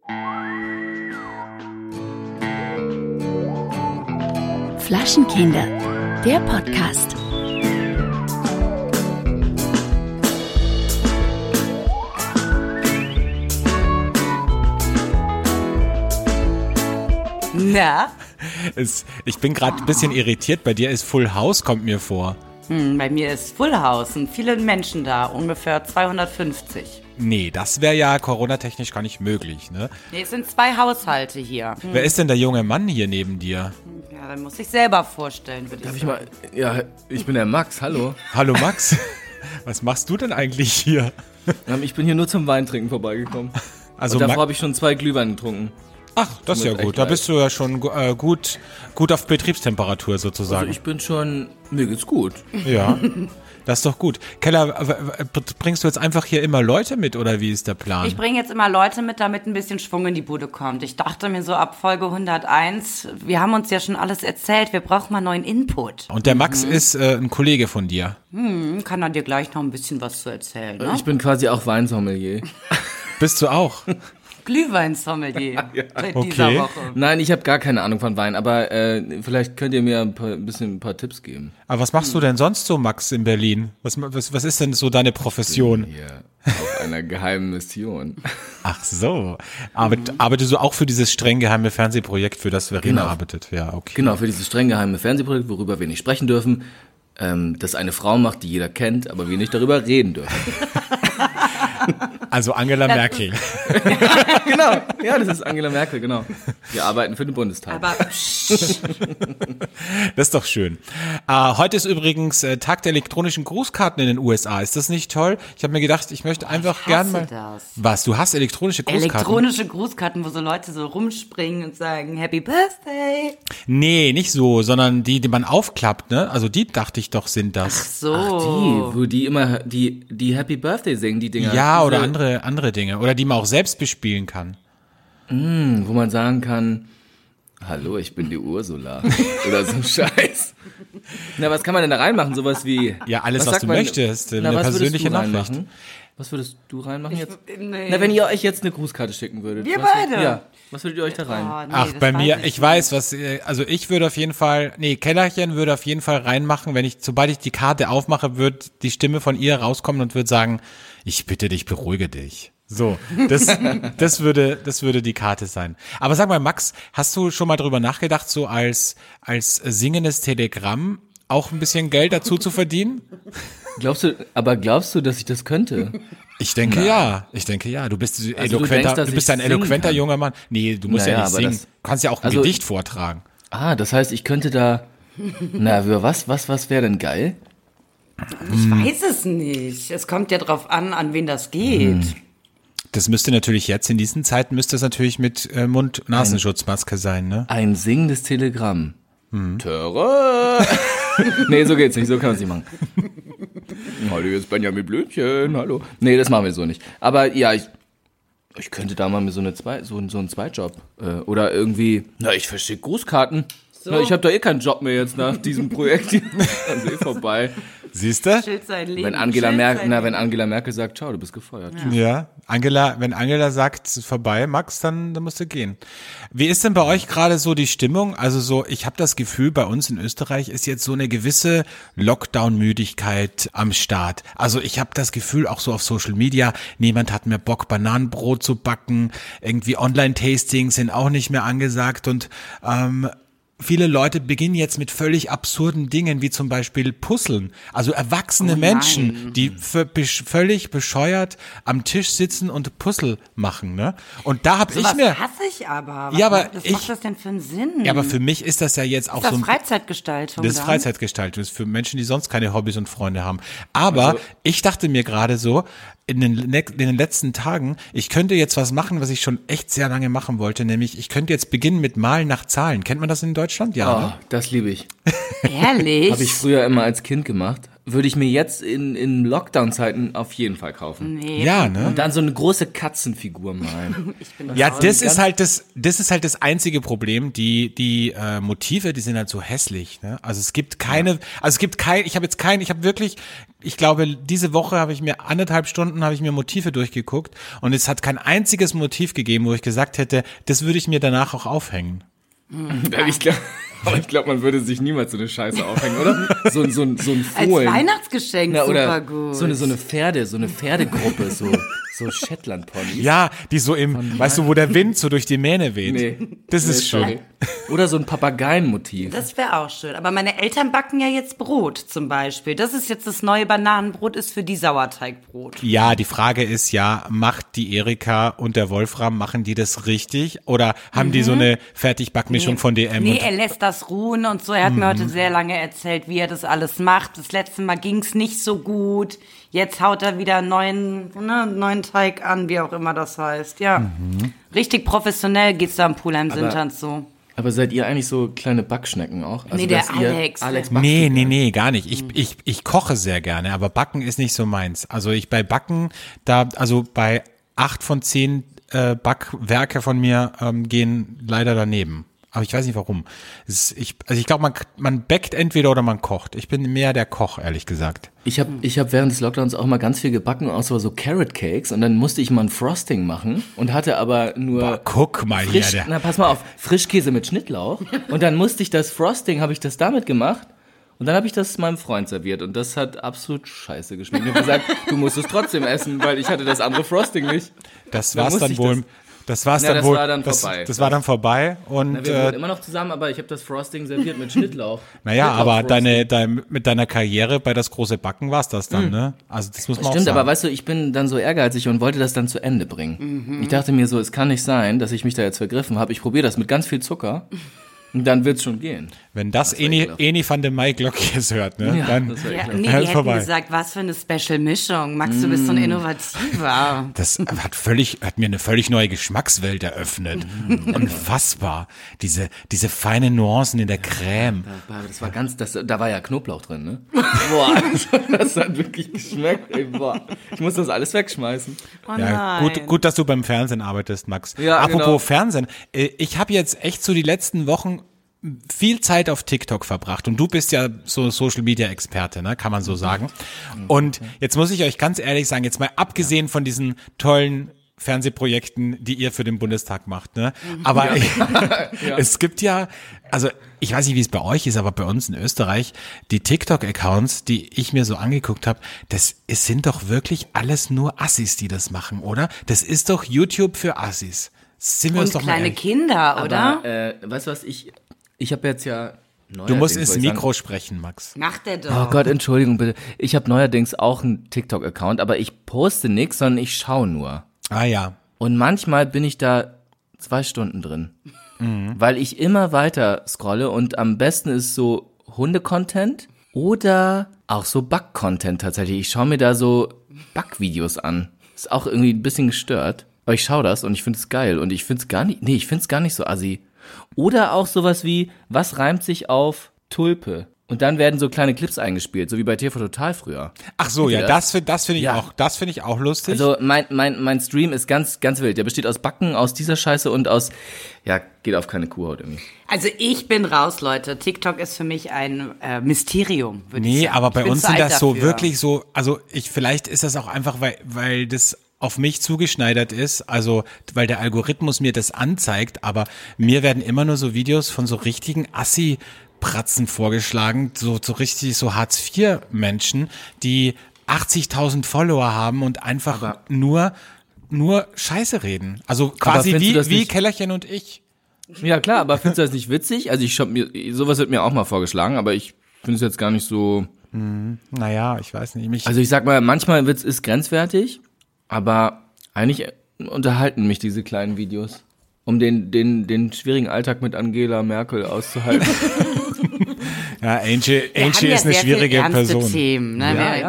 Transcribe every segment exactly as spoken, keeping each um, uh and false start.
Flaschenkinder, der Podcast. Na? Es, ich bin gerade ein bisschen irritiert. Bei dir ist Full House, kommt mir vor. Hm, bei mir ist Full House und viele Menschen da, ungefähr zweihundertfünfzig. Nee, das wäre ja coronatechnisch gar nicht möglich, ne? Nee, es sind zwei Haushalte hier. Hm. Wer ist denn der junge Mann hier neben dir? Ja, dann muss ich selber vorstellen, würde ich Darf ich sagen. mal? Ja, ich bin der Max, hallo. Hallo Max, was machst du denn eigentlich hier? Ähm, Ich bin hier nur zum Weintrinken vorbeigekommen. Also Und davor Ma- habe ich schon zwei Glühwein getrunken. Ach, das ist ja Mit gut. echt Da leid. bist du ja schon äh, gut, gut auf Betriebstemperatur sozusagen. Also ich bin schon, mir geht's gut. Ja, das ist doch gut. Keller, w- w- bringst du jetzt einfach hier immer Leute mit oder wie ist der Plan? Ich bringe jetzt immer Leute mit, damit ein bisschen Schwung in die Bude kommt. Ich dachte mir so ab Folge hunderteins, wir haben uns ja schon alles erzählt, wir brauchen mal neuen Input. Und der Max ist äh, ein Kollege von dir. Hm, kann er dir gleich noch ein bisschen was zu erzählen, ne? Ich bin quasi auch Weinsommelier. Bist du auch? Glühweinsommelier seit Okay. dieser Woche. Nein, ich habe gar keine Ahnung von Wein, aber äh, vielleicht könnt ihr mir ein, paar, ein bisschen ein paar Tipps geben. Aber was machst du denn sonst so, Max, in Berlin? Was, was, was ist denn so deine Profession? Hier, auf einer geheimen Mission. Ach so. Arbeit, Arbeitest du auch für dieses streng geheime Fernsehprojekt, für das Verena Genau. arbeitet? Ja, okay. Genau, für dieses streng geheime Fernsehprojekt, worüber wir nicht sprechen dürfen, ähm, das eine Frau macht, die jeder kennt, aber wir nicht darüber reden dürfen. Also Angela Merkel. Genau, ja, das ist Angela Merkel, genau. Wir arbeiten für den Bundestag. Aber psch, Das ist doch schön. Äh, heute ist übrigens äh, Tag der elektronischen Grußkarten in den U S A. Ist das nicht toll? Ich habe mir gedacht, ich möchte einfach hasse gern mal... das. Was, du hast elektronische Grußkarten? elektronische Grußkarten, wo so Leute so rumspringen und sagen Happy Birthday. Nee, nicht so, sondern die, die man aufklappt, ne? Also die dachte ich doch sind das. So. Die, wo die immer die, die Happy Birthday singen, die Dinger. Ja, Diese, oder andere, andere Dinge. Oder die man auch selbst bespielen kann. Wo man sagen kann, hallo, ich bin die Ursula. Oder so ein Scheiß. Na, was kann man denn da reinmachen? Sowas wie... Ja, alles, was sagt du man- möchtest. Na, Eine was würdest persönliche du Nachricht. reinmachen? Was würdest du reinmachen jetzt? nee. Na, wenn ihr euch jetzt eine Grußkarte schicken würdet. Wir was beide? Würd, ja, was würdet ihr euch da rein? Oh, nee, Ach, das bei mir, weiß ich weiß, was, äh, also ich würde auf jeden Fall, nee, Kellerchen würde auf jeden Fall reinmachen, wenn ich, sobald ich die Karte aufmache, wird die Stimme von ihr rauskommen und würde sagen, ich bitte dich, beruhige dich. So, das, das würde, das würde die Karte sein. Aber sag mal, Max, hast du schon mal drüber nachgedacht, so als, als singendes Telegramm auch ein bisschen Geld dazu zu verdienen? Glaubst du, aber glaubst du, dass ich das könnte? Ich denke ja, ich denke ja. Du bist du eloquenter, denkst, du, dass bist ich ein singen eloquenter kann? junger Mann. Nee, du musst Naja, ja nicht aber singen. das- Du kannst ja auch ein also- Gedicht vortragen. Ah, das heißt, ich könnte da... Na, für was, was, was wäre denn geil? Ich weiß es nicht. Es kommt ja drauf an, an wen das geht. Das müsste natürlich jetzt in diesen Zeiten müsste es natürlich mit äh, Mund-Nasenschutzmaske sein, ne? Ein singendes Telegramm. Töre. Nee, so geht's nicht, so kann man es nicht machen. Hallo, jetzt Benjamin Blümchen, hallo. Nee, das machen wir so nicht. Aber ja, ich, ich könnte da mal mit so, eine Zwei, so, so einen Zweitjob. Äh, oder irgendwie, na, ich verschicke Grußkarten. Na, ich habe da eh keinen Job mehr jetzt nach diesem Projekt. Also eh vorbei. Siehst du? Schild sein Leben. Wenn Angela Schild Merkel, sein na, Leben. wenn Angela Merkel sagt, ciao, du bist gefeuert. Ja, Angela, wenn Angela sagt, es ist vorbei, Max, dann, dann musst du gehen. Wie ist denn bei euch gerade so die Stimmung? Also so, ich habe das Gefühl, bei uns in Österreich ist jetzt so eine gewisse Lockdown-Müdigkeit am Start. Also ich habe das Gefühl, auch so auf Social Media, niemand hat mehr Bock, Bananenbrot zu backen. Irgendwie Online-Tastings sind auch nicht mehr angesagt und ähm, viele Leute beginnen jetzt mit völlig absurden Dingen, wie zum Beispiel Puzzeln. Also erwachsene Oh nein. Menschen, die v- besch- völlig bescheuert am Tisch sitzen und Puzzle machen, ne? Und da habe ich Sowas mir, hasse ich aber. Was Ja, aber macht, was ich- macht das denn für einen Sinn? ja, aber für mich ist das ja jetzt auch ist das so ein Freizeitgestaltung das ist dann? Freizeitgestaltung, das ist für Menschen, die sonst keine Hobbys und Freunde haben. Aber Also- ich dachte mir gerade so, in den, ne- in den letzten Tagen, ich könnte jetzt was machen, was ich schon echt sehr lange machen wollte, nämlich ich könnte jetzt beginnen mit Malen nach Zahlen. Kennt man das in Deutschland? Ja. Oh, ne? das liebe ich. Ehrlich? Habe ich früher immer als Kind gemacht. würde ich mir jetzt in, in Lockdown-Zeiten auf jeden Fall kaufen. Nee. Ja, ne? Und dann so eine große Katzenfigur malen. Ja, das ist halt das, das ist halt das einzige Problem. Die, die äh, Motive, die sind halt so hässlich. Ne? Also es gibt keine, also es gibt kein, ich habe jetzt kein, ich habe wirklich, ich glaube, diese Woche habe ich mir anderthalb Stunden habe ich mir Motive durchgeguckt und es hat kein einziges Motiv gegeben, wo ich gesagt hätte, das würde ich mir danach auch aufhängen. Ich glaube, ich glaub, man würde sich niemals so eine Scheiße aufhängen, oder? So, so, so ein Fohlen. Als Weihnachtsgeschenk, Na, oder super gut. So eine, so eine Pferde, so eine Pferdegruppe, so, so Shetland-Ponys. Ja, die so im, weißt du, wo der Wind so durch die Mähne weht. Nee. Das Nee, ist schön. sorry. Oder so ein Papageienmotiv. Das wäre auch schön. Aber meine Eltern backen ja jetzt Brot zum Beispiel. Das ist jetzt das neue Bananenbrot, ist für die Sauerteigbrot. Ja, die Frage ist ja, macht die Erika und der Wolfram, machen die das richtig? Oder haben die so eine Fertigbackmischung von D M? Nee, und- er lässt das ruhen und so. Er hat mir heute sehr lange erzählt, wie er das alles macht. Das letzte Mal ging's nicht so gut. Jetzt haut er wieder einen neuen, ne, neuen Teig an, wie auch immer das heißt. Ja, richtig professionell geht's da am Pulheim Sinterns so. Aber seid ihr eigentlich so kleine Backschnecken auch? Also, Nee, der dass ihr- Alex. Alex backt Nee, so nee, gerne. nee, gar nicht. Ich, ich, ich koche sehr gerne, aber Backen ist nicht so meins. Also ich bei Backen, da, also bei acht von zehn äh, Backwerke von mir ähm, gehen leider daneben. Aber ich weiß nicht warum. Es ist, ich, also ich glaube, man, man backt entweder oder man kocht. Ich bin mehr der Koch, ehrlich gesagt. Ich habe ich hab während des Lockdowns auch mal ganz viel gebacken, auch so, so Carrot Cakes. Und dann musste ich mal ein Frosting machen und hatte aber nur Boah, guck mal frisch, hier. Der, na pass mal auf, Frischkäse mit Schnittlauch. Und dann musste ich das Frosting, habe ich das damit gemacht. Und dann habe ich das meinem Freund serviert. Und das hat absolut scheiße geschmeckt. Ich habe gesagt, du musst es trotzdem essen, weil ich hatte das andere Frosting nicht. das dann war's musste dann ich wohl. das- Das war's Ja, dann das wohl. war dann das, vorbei. Das war dann vorbei. Und Na, wir äh, wohnen immer noch zusammen, aber ich habe das Frosting serviert mit Schnittlauch. naja, aber Schnittlauch-Frosting. deine, dein, mit deiner Karriere bei das große Backen war's das dann, ne? Also das muss man auch Stimmt, sagen. aber weißt du, ich bin dann so ehrgeizig und wollte das dann zu Ende bringen. Ich dachte mir so, es kann nicht sein, dass ich mich da jetzt vergriffen habe. Ich probiere das mit ganz viel Zucker und dann wird's schon gehen. Wenn das war Eni, ekelhaft. Eni van de Maiglöckjes hört, ne? Ja, dann, das war Ja, ekelhaft. nee, Ja, die ist hätten vorbei. gesagt, was für eine Special-Mischung. Max, du bist so ein Innovativer. Das hat völlig, hat mir eine völlig neue Geschmackswelt eröffnet. Unfassbar. Diese, diese feinen Nuancen in der Creme. Das war ganz, das, da war ja Knoblauch drin, ne? Boah, das, das hat wirklich geschmeckt, ey, boah. Ich muss das alles wegschmeißen. Oh Ja, nein. gut, gut, dass du beim Fernsehen arbeitest, Max. Ja, Apropos genau. Fernsehen, äh, ich habe jetzt echt so die letzten Wochen viel Zeit auf TikTok verbracht und du bist ja so Social Media Experte, ne, kann man so sagen. Und jetzt muss ich euch ganz ehrlich sagen, jetzt mal abgesehen von diesen tollen Fernsehprojekten, die ihr für den Bundestag macht, ne? Aber es gibt ja, also ich weiß nicht, wie es bei euch ist, aber bei uns in Österreich, die TikTok-Accounts, die ich mir so angeguckt habe, das es sind doch wirklich alles nur Assis, die das machen, oder? Das ist doch YouTube für Assis. Sind wir uns Und doch mal kleine ehrlich. Kinder, oder? Aber, äh, weißt du was, ich, ich habe jetzt ja neuerdings, Du musst ins wollte ich sagen- Mikro sprechen, Max. Macht er Oh doch. Gott, Entschuldigung bitte. Ich habe neuerdings auch einen TikTok-Account, aber ich poste nichts, sondern ich schaue nur. Ah ja. Und manchmal bin ich da zwei Stunden drin. Weil ich immer weiter scrolle und am besten ist so Hunde-Content oder auch so Back-Content tatsächlich. Ich schaue mir da so Backvideos an. Ist auch irgendwie ein bisschen gestört. Aber ich schaue das und ich finde es geil. Und ich finde es gar nicht, nee, ich finde es gar nicht so assi. Oder auch sowas wie, was reimt sich auf Tulpe? Und dann werden so kleine Clips eingespielt, so wie bei T V Total früher. Ach so, Kennt ihr ja, das? das, find- das finde ich Ja. auch, das finde ich auch lustig. Also mein, mein, mein Stream ist ganz, ganz wild. Der besteht aus Backen, aus dieser Scheiße und aus, ja, geht auf keine Kuhhaut irgendwie. Also ich bin raus, Leute. TikTok ist für mich ein äh, Mysterium, würde ich Nee, sagen. aber Ich bei bin uns zu sind alt das so dafür. wirklich so, also ich, vielleicht ist das auch einfach, weil, weil das auf mich zugeschneidert ist, also weil der Algorithmus mir das anzeigt, aber mir werden immer nur so Videos von so richtigen Assi-Pratzen vorgeschlagen, so, so richtig so Hartz vier Menschen, die achtzigtausend Follower haben und einfach Aber- nur, nur Scheiße reden. Also quasi findest du wie, das wie nicht- Kellerchen und ich. Ja klar, aber findest du das nicht witzig? Also ich hab mir, sowas wird mir auch mal vorgeschlagen, aber ich finde es jetzt gar nicht so. Naja, ich weiß nicht. Mich, Also ich sag mal, manchmal wird's ist grenzwertig, aber eigentlich unterhalten mich diese kleinen Videos, um den den den schwierigen Alltag mit Angela Merkel auszuhalten. ja, Angie, Wir Angie haben ja ist eine sehr schwierige viel ernste Person. Themen, ne? Ja, wir, ja. wir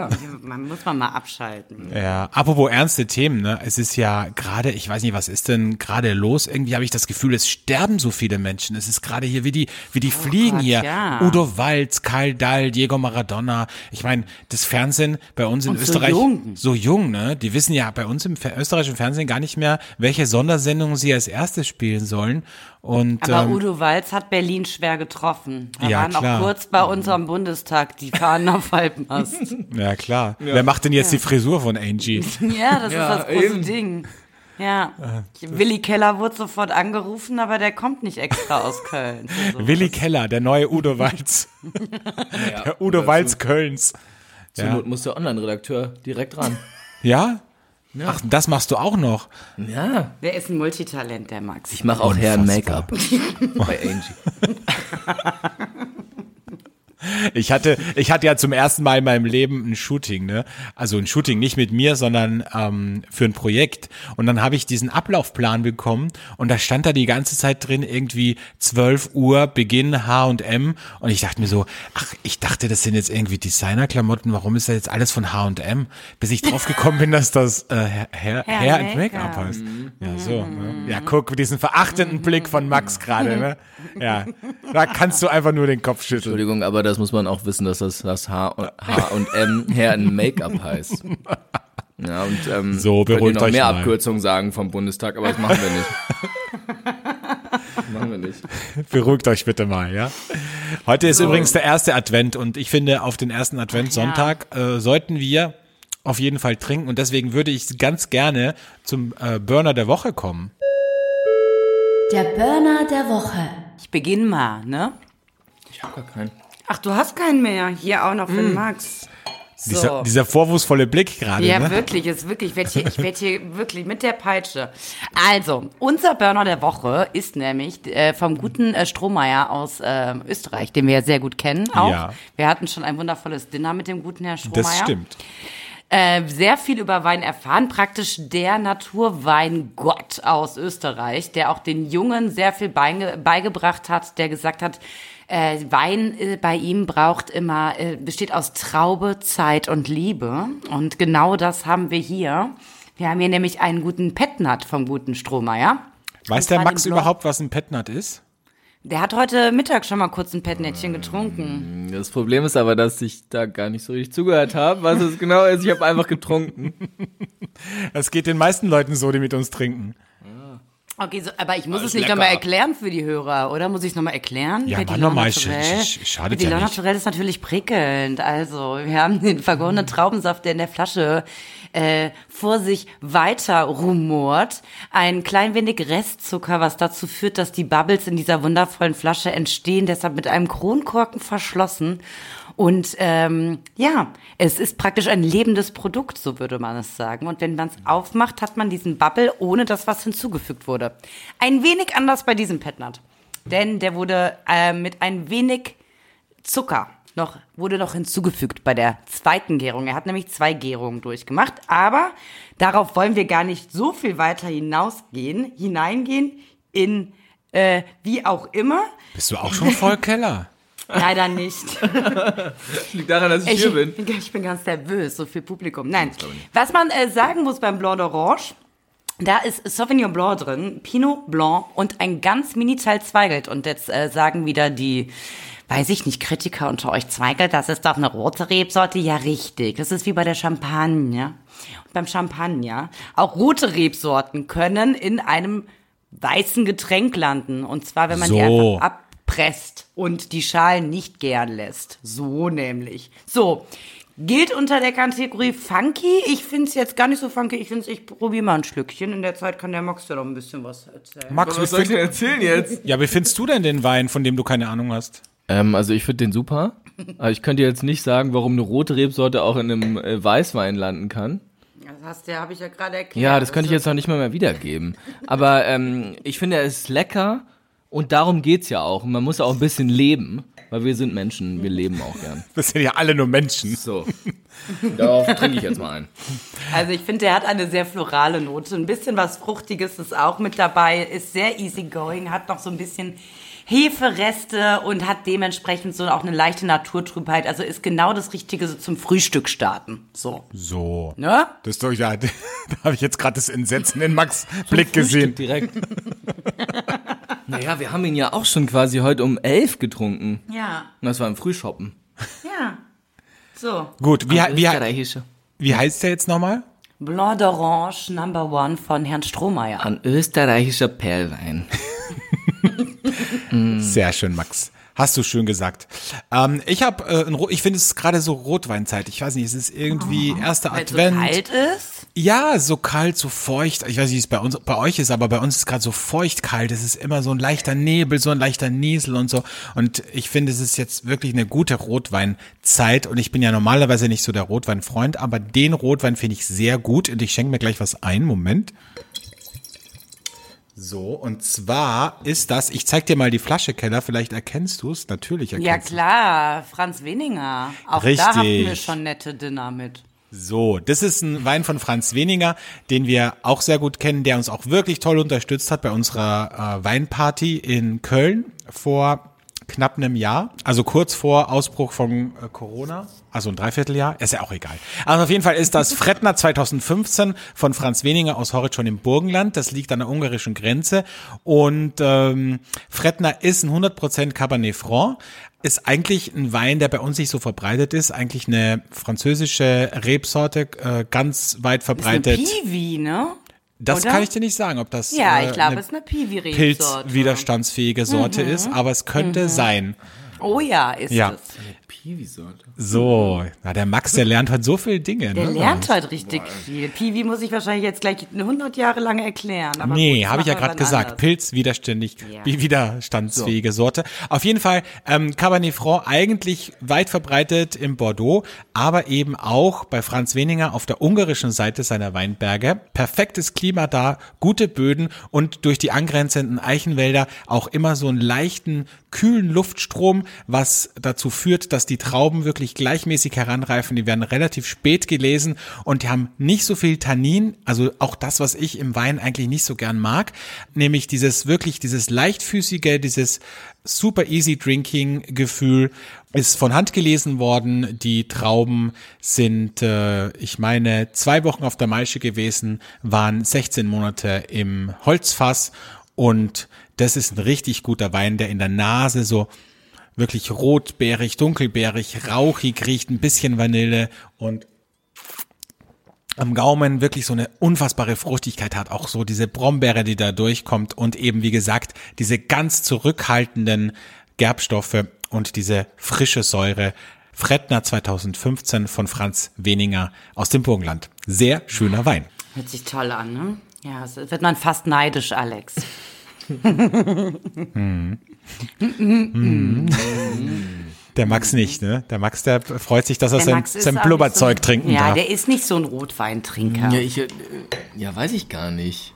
man muss man mal abschalten. Ja, apropos ernste Themen, ne? Es ist ja gerade, ich weiß nicht, was ist denn gerade los? Irgendwie habe ich das Gefühl, es sterben so viele Menschen. Es ist gerade hier wie die, wie die Oh fliegen Gott, hier. ja. Udo Walz, Karl Dahl, Diego Maradona. Ich meine, das Fernsehen bei uns in Und so Österreich jung. so jung, ne? Die wissen ja bei uns im Fer- österreichischen Fernsehen gar nicht mehr, welche Sondersendungen sie als erstes spielen sollen. Und, Aber ähm, Udo Walz hat Berlin schwer getroffen. Da Ja, waren klar. auch kurz bei unserem Bundestag die Fahnen auf Halbmast. ja klar. Wer macht denn jetzt die Frisur von Angie? Ja, das Ja, ist das große eben. Ding. Ja, Willi Keller wurde sofort angerufen, aber der kommt nicht extra aus Köln. So. Willi Keller, der neue Udo Walz. Ja, Der Udo oder Walz zu- Kölns. Zur Ja. Not muss der Online-Redakteur direkt ran. Ja? Ach, das machst du auch noch. Ja. Der ist ein Multitalent, der Max. Ich mache auch Herren Unfassbar. Make-up bei Angie. Ich hatte, ich hatte ja zum ersten Mal in meinem Leben ein Shooting, ne? Also ein Shooting nicht mit mir, sondern ähm, für ein Projekt. Und dann habe ich diesen Ablaufplan bekommen und da stand da die ganze Zeit drin irgendwie zwölf Uhr Beginn H und M und ich dachte mir so, ach, ich dachte, das sind jetzt irgendwie Designerklamotten. Warum ist da jetzt alles von H und M? Bis ich drauf gekommen bin, dass das äh, Hair, Hair, Hair and Make-up. Make-up heißt. Ja, so. Ne? Ja, guck, diesen verachtenden Blick von Max gerade, ne? Ja, da kannst du einfach nur den Kopf schütteln. Entschuldigung, aber das muss man auch wissen, dass das, das H und, H und M Herren Make-up heißt. Ja, und ähm, So, könnt ihr beruhigt noch euch mehr mal. Abkürzungen sagen vom Bundestag, aber das machen wir nicht. machen wir nicht. Beruhigt euch bitte mal, ja. Heute ist übrigens der erste Advent und ich finde, auf den ersten Adventssonntag äh, sollten wir auf jeden Fall trinken und deswegen würde ich ganz gerne zum äh, Burner der Woche kommen. Der Burner der Woche. Ich beginne mal, ne? Ich habe gar keinen. Ach, du hast keinen mehr. Hier auch noch für den Max. So. Dieser, dieser vorwurfsvolle Blick gerade, Ja, ne? wirklich, ist wirklich, ich werde hier, ich werd hier wirklich mit der Peitsche. Also, unser Burner der Woche ist nämlich äh, vom guten äh, Strohmeier aus äh, Österreich, den wir ja sehr gut kennen auch. Ja. Wir hatten schon ein wundervolles Dinner mit dem guten Herrn Strohmeier. Das stimmt. Äh, sehr viel über Wein erfahren, praktisch der Naturweingott aus Österreich, der auch den Jungen sehr viel beige beigebracht hat, der gesagt hat, äh, Wein äh, bei ihm braucht immer, äh, besteht aus Traube, Zeit und Liebe. Und genau das haben wir hier. Wir haben hier nämlich einen guten Petnat vom guten Strohmeier. Weiß Und der zwar Max den Blanc. überhaupt, was ein Petnat ist? Der hat heute Mittag schon mal kurz ein Petnätchen getrunken. Das Problem ist aber, dass ich da gar nicht so richtig zugehört habe, was es genau ist. Ich habe einfach getrunken. Das geht den meisten Leuten so, die mit uns trinken. Okay, so, aber ich muss Alles es nicht lecker. nochmal erklären für die Hörer, oder? Muss ich es nochmal erklären? Ja, Petit mach noch mal, Naturel. sch- sch- schadet Petit ja nicht. Naturel ist natürlich prickelnd. Also, wir haben den vergorenen Traubensaft, der in der Flasche äh, vor sich weiter rumort. Ein klein wenig Restzucker, was dazu führt, dass die Bubbles in dieser wundervollen Flasche entstehen. Deshalb mit einem Kronkorken verschlossen. Und ähm, ja, es ist praktisch ein lebendes Produkt, so würde man es sagen. Und wenn man es aufmacht, hat man diesen Bubble, ohne dass was hinzugefügt wurde. Ein wenig anders bei diesem Petnat. Denn der wurde äh, mit ein wenig Zucker noch, wurde noch hinzugefügt bei der zweiten Gärung. Er hat nämlich zwei Gärungen durchgemacht. Aber darauf wollen wir gar nicht so viel weiter hinausgehen, hineingehen in äh, wie auch immer. Bist du auch schon voll Keller? Leider nicht. Liegt daran, dass ich, Ich, hier bin. ich bin ganz nervös, so viel Publikum. Nein, was man äh, sagen muss beim Blanc d'Orange, da ist Sauvignon Blanc drin, Pinot Blanc und ein ganz Mini-Teil Zweigelt. Und jetzt äh, sagen wieder die, weiß ich nicht, Kritiker unter euch, Zweigelt, das ist doch eine rote Rebsorte. Ja, richtig. Das ist wie bei der Champagne. Und beim Champagner, auch rote Rebsorten können in einem weißen Getränk landen. Und zwar, wenn man die So. einfach ab presst und die Schalen nicht gären lässt. So nämlich. So, gilt unter der Kategorie funky. Ich finde es jetzt gar nicht so funky. Ich finde ich probiere mal ein Schlückchen. In der Zeit kann der Max ja noch ein bisschen was erzählen. Max, wie, Was soll ich denn find, erzählen jetzt? ja, wie findest du denn den Wein, von dem du keine Ahnung hast? Ähm, also ich finde den super. Aber ich könnte jetzt nicht sagen, warum eine rote Rebsorte auch in einem äh, Weißwein landen kann. Das hast du, habe ich ja gerade erklärt. Ja, das könnte ich jetzt noch nicht mal mehr wiedergeben. Aber ähm, ich finde, er ist lecker und darum geht's ja auch. Und man muss auch ein bisschen leben, weil wir sind Menschen, wir leben auch gern. Das sind ja alle nur Menschen. So, darauf trinke ich jetzt mal ein. Also ich finde, der hat eine sehr florale Note. Ein bisschen was Fruchtiges ist auch mit dabei. Ist sehr easygoing, hat noch so ein bisschen Hefereste und hat dementsprechend so auch eine leichte Naturtrübheit. Also ist genau das Richtige so zum Frühstück starten. So. So. Ne? Das ist doch, ja, da habe ich jetzt gerade das Entsetzen in Max' Blick gesehen. Direkt. Naja, wir haben ihn ja auch schon quasi heute um elf getrunken. Ja. Und das war im Frühshoppen. Ja. So. Gut, wie, wie, Österreichische. wie heißt der jetzt nochmal? Blanc d'Orange Number One von Herrn Strohmeier. Ein österreichischer Perlwein. Sehr schön, Max. Hast du schön gesagt. Ähm, ich habe, äh, ein Ro- ich finde es gerade so Rotweinzeit. Ich weiß nicht, es ist irgendwie erster Weil es so Advent. kalt ist. Ja, so kalt, so feucht. Ich weiß nicht, wie es bei uns, bei euch ist, aber bei uns ist es gerade so feucht kalt. Es ist immer so ein leichter Nebel, so ein leichter Niesel und so. Und ich finde, es ist jetzt wirklich eine gute Rotweinzeit. Und ich bin ja normalerweise nicht so der Rotweinfreund, aber den Rotwein finde ich sehr gut. Und ich schenke mir gleich was ein. Moment. So, und zwar ist das, ich zeig dir mal die Flasche, Keller, vielleicht erkennst du es. Natürlich erkennst Ja du es. klar, Franz Weninger. Auch Richtig. da hatten wir schon nette Dinner mit. So, das ist ein Wein von Franz Weninger, den wir auch sehr gut kennen, der uns auch wirklich toll unterstützt hat bei unserer äh, Weinparty in Köln vor knapp einem Jahr, also kurz vor Ausbruch von äh, Corona, also ein Dreivierteljahr, ist ja auch egal. Also auf jeden Fall ist das Frettner zweitausendfünfzehn von Franz Weninger aus Horizont im Burgenland, das liegt an der ungarischen Grenze und ähm, Frettner ist ein hundert Prozent Cabernet Franc, ist eigentlich ein Wein, der bei uns nicht so verbreitet ist, eigentlich eine französische Rebsorte, äh, ganz weit verbreitet. Ist eine Piwi, ne? Das Oder? kann ich dir nicht sagen, ob das Ja, äh, ich glaube, eine es ist eine Piwi-Rebsorte. pilzwiderstandsfähige Sorte Mhm. ist, aber es könnte sein. Oh ja, ist Ja. es. Piwi-Sorte. So, na, der Max, der lernt halt so viele Dinge. Der ne? lernt halt richtig viel. Piwi muss ich wahrscheinlich jetzt gleich hundert Jahre lang erklären. Aber Nee, gut, habe ich ja machen wir gerade wann gesagt. anders. Pilzwiderständig, Ja. wie widerstandsfähige Sorte. Auf jeden Fall ähm, Cabernet Franc eigentlich weit verbreitet im Bordeaux, aber eben auch bei Franz Weninger auf der ungarischen Seite seiner Weinberge. Perfektes Klima da, gute Böden und durch die angrenzenden Eichenwälder auch immer so einen leichten, kühlen Luftstrom, was dazu führt, dass die Trauben wirklich gleichmäßig heranreifen. Die werden relativ spät gelesen und die haben nicht so viel Tannin, also auch das, was ich im Wein eigentlich nicht so gern mag, nämlich dieses wirklich, dieses leichtfüßige, dieses super easy drinking Gefühl ist von Hand gelesen worden. Die Trauben sind, äh, ich meine, zwei Wochen auf der Maische gewesen, waren sechzehn Monate im Holzfass und das ist ein richtig guter Wein, der in der Nase so wirklich rotbeerig, dunkelbeerig, rauchig riecht, ein bisschen Vanille und am Gaumen wirklich so eine unfassbare Fruchtigkeit hat, auch so diese Brombeere, die da durchkommt und eben, wie gesagt, diese ganz zurückhaltenden Gerbstoffe und diese frische Säure. Frettner zweitausendfünfzehn von Franz Weninger aus dem Burgenland. Sehr schöner Wein. Hört sich toll an, ne? Ja, es wird man fast neidisch, Alex. Der Max nicht, ne? Der Max, der freut sich, dass er Der sein, Max ist sein auch Blubberzeug nicht so, trinken Ja, darf. der ist nicht so ein Rotweintrinker. Ja, ich, äh, ja, weiß ich gar nicht.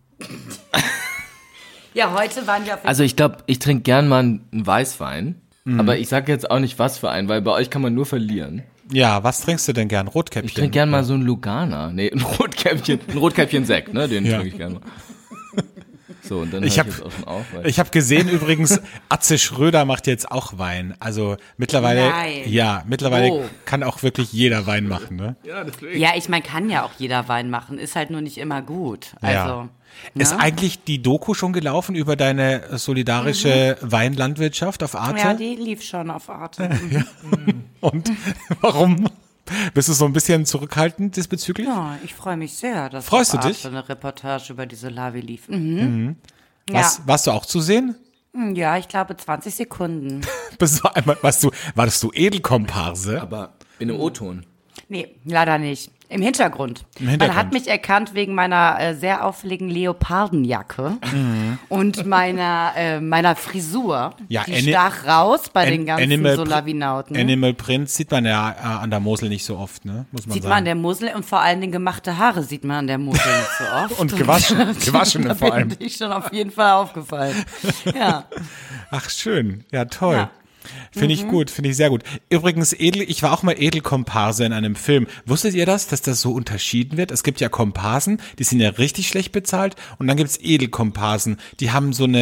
Ja, heute waren wir auf Also ich glaube, ich trinke gern mal einen Weißwein, aber ich sage jetzt auch nicht was für einen, weil bei euch kann man nur verlieren. Ja, was trinkst du denn gern? Rotkäppchen? Ich trinke gern mal so einen Lugana. Nee, ein Rotkäppchen, ein Rotkäppchen-Sekt, ne? Den Ja. trinke ich gern mal. So, und dann Ich hör habe jetzt auch schon auf. Weil ich hab gesehen übrigens, Atze Schröder macht jetzt auch Wein. Also mittlerweile, Nein. ja, mittlerweile Oh. kann auch wirklich jeder Wein machen, ne? Ja, ich meine, kann ja auch jeder Wein machen, ist halt nur nicht immer gut. Ja. Also, Ist ne? eigentlich die Doku schon gelaufen über deine solidarische Weinlandwirtschaft auf Arte? Ja, die lief schon auf Arte. Und warum? Bist du so ein bisschen zurückhaltend diesbezüglich? Ja, ich freue mich sehr, dass Freust auf du Arte dich? eine Reportage über diese Lavi lief. Mhm. Was, warst du auch zu sehen? Ja. ja, ich glaube zwanzig Sekunden. Bist du einmal, warst du, warst du Edelkomparse? aber in einem O-Ton. Nee, leider nicht. Im Hintergrund. Im Hintergrund. Man hat mich erkannt wegen meiner äh, sehr auffälligen Leopardenjacke und meiner äh, meiner Frisur. Ja, die Ani- stach raus bei An- den ganzen Animal so Pr- Lavinauten. Animal Print sieht man ja äh, an der Mosel nicht so oft, ne? Muss man Sieht sagen. man an der Mosel und vor allen Dingen gemachte Haare sieht man an der Mosel nicht so oft. Und gewaschen, gewaschene da vor allem. bin ich schon auf jeden Fall aufgefallen. Ja. Ach, schön. Ja, toll. Ja. Finde ich gut, finde ich sehr gut. Übrigens, Edel, ich war auch mal Edelkomparse in einem Film. Wusstet ihr das, dass das so unterschieden wird? Es gibt ja Komparsen, die sind ja richtig schlecht bezahlt und dann gibt's Edelkomparsen, die haben so eine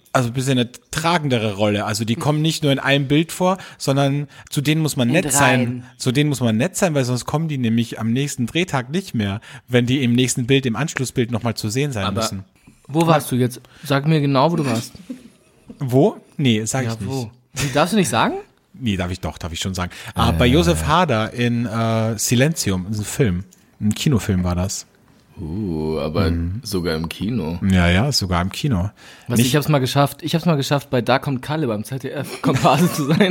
also ein bisschen eine tragendere Rolle. Also die kommen nicht nur in einem Bild vor, sondern zu denen muss man In nett dreien. sein. Zu denen muss man nett sein, weil sonst kommen die nämlich am nächsten Drehtag nicht mehr, wenn die im nächsten Bild, im Anschlussbild nochmal zu sehen sein Aber müssen. wo warst du jetzt? Sag mir genau, wo du warst. Wo? Nee, sag ich Ja, nicht. wo? Die darfst du nicht sagen? Nee, darf ich doch, darf ich schon sagen. Ah, bei Josef Hader in äh, Silenzium, das ist ein Film. Ein Kinofilm war das. Uh, aber sogar im Kino. Ja, ja, ist sogar im Kino. Was, ich hab's mal geschafft, ich hab's mal geschafft, bei Da kommt Kalle beim Z D F Komparse zu sein.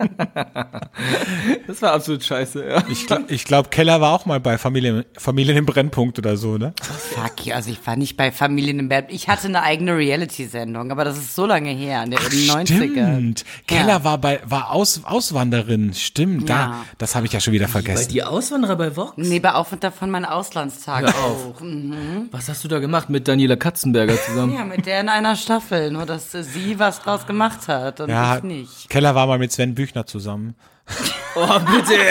Das war absolut scheiße, ja. Ich, gl- ich glaube, Keller war auch mal bei Familien, Familien im Brennpunkt oder so, ne? Fuck, ja, also ich war nicht bei Familien im Bett. Ich hatte eine eigene Reality-Sendung, aber das ist so lange her, in den neunzigern. Stimmt. Keller war bei, war Aus, Auswanderin. Stimmt, da, Ja. das habe ich ja schon wieder vergessen. die Auswanderer bei Vox? Nee, bei Auf und Davon mein Auslandstag Hör auf. auch. Mhm. Was hast du da gemacht mit Daniela Katzenberger zusammen? Ja, mit der in einer Staffel, nur dass äh, sie was draus gemacht hat und Ja, ich nicht. Keller war mal mit Sven Büchner zusammen. Oh, bitte.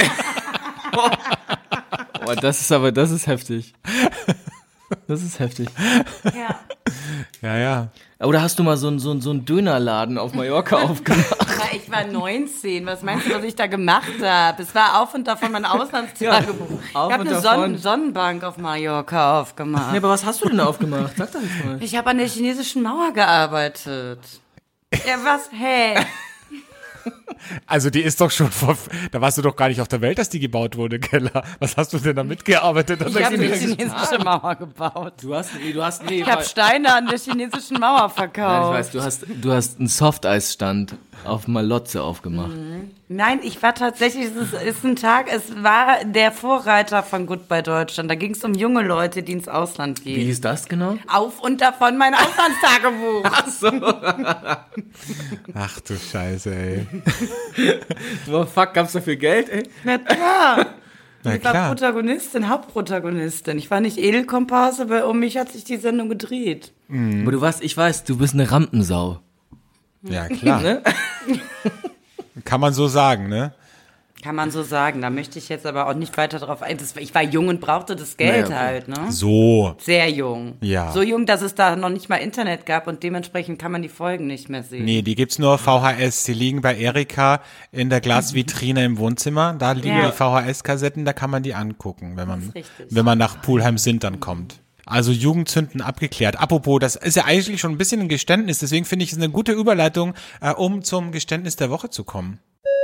Oh, das ist aber, das ist heftig. Das ist heftig. Ja. Ja, ja. Oder hast du mal so einen so einen- so einen Dönerladen auf Mallorca aufgemacht? Aber ich war neunzehn. Was meinst du, was ich da gemacht habe? Es war Auf und Davon mein Auslandstagebuch. Ich Auf habe und eine davon. Sonnen Sonnenbank auf Mallorca aufgemacht. Ja, aber was hast du denn aufgemacht? Sag doch jetzt mal. Ich habe an der chinesischen Mauer gearbeitet. Ja, was? Hä? Also die ist doch schon vor, da warst du doch gar nicht auf der Welt, dass die gebaut wurde, Keller. Was hast du denn da mitgearbeitet? Ich habe die chinesische Mauer gebaut. Du hast, nee, du hast, nee, Ich habe Steine an der chinesischen Mauer Nein, ich verkauft. weiß, du hast, du hast einen Softeisstand auf Malotze aufgemacht. Nein, ich war tatsächlich, es ist, ist ein Tag, es war der Vorreiter von Goodbye Deutschland. Da ging es um junge Leute, die ins Ausland Wie gehen. hieß das genau? Auf und davon mein Auslandstagebuch. Ach du Scheiße, ey. Oh, fuck, gab's da viel Geld, ey? Na klar. Na Ich war klar. Protagonistin, Hauptprotagonistin. Ich war nicht Edelkomparse, aber um mich hat sich die Sendung gedreht. Aber du warst, ich weiß, du bist eine Rampensau. Ja, klar. Ne? Kann man so sagen, ne? Kann man so sagen. Da möchte ich jetzt aber auch nicht weiter drauf ein. Das, ich war jung und brauchte das Geld Naja, okay. halt, ne? So. Sehr jung. Ja. So jung, dass es da noch nicht mal Internet gab und dementsprechend kann man die Folgen nicht mehr sehen. Nee, die gibt's nur V H S. Die liegen bei Erika in der Glasvitrine im Wohnzimmer. Da liegen Ja. die V H S-Kassetten, da kann man die angucken, wenn man, ist richtig. wenn man nach Pulheim-Sintern kommt. Also Jugendzünden abgeklärt. Apropos, das ist ja eigentlich schon ein bisschen ein Geständnis, deswegen finde ich es eine gute Überleitung, äh, um zum Geständnis der Woche zu kommen.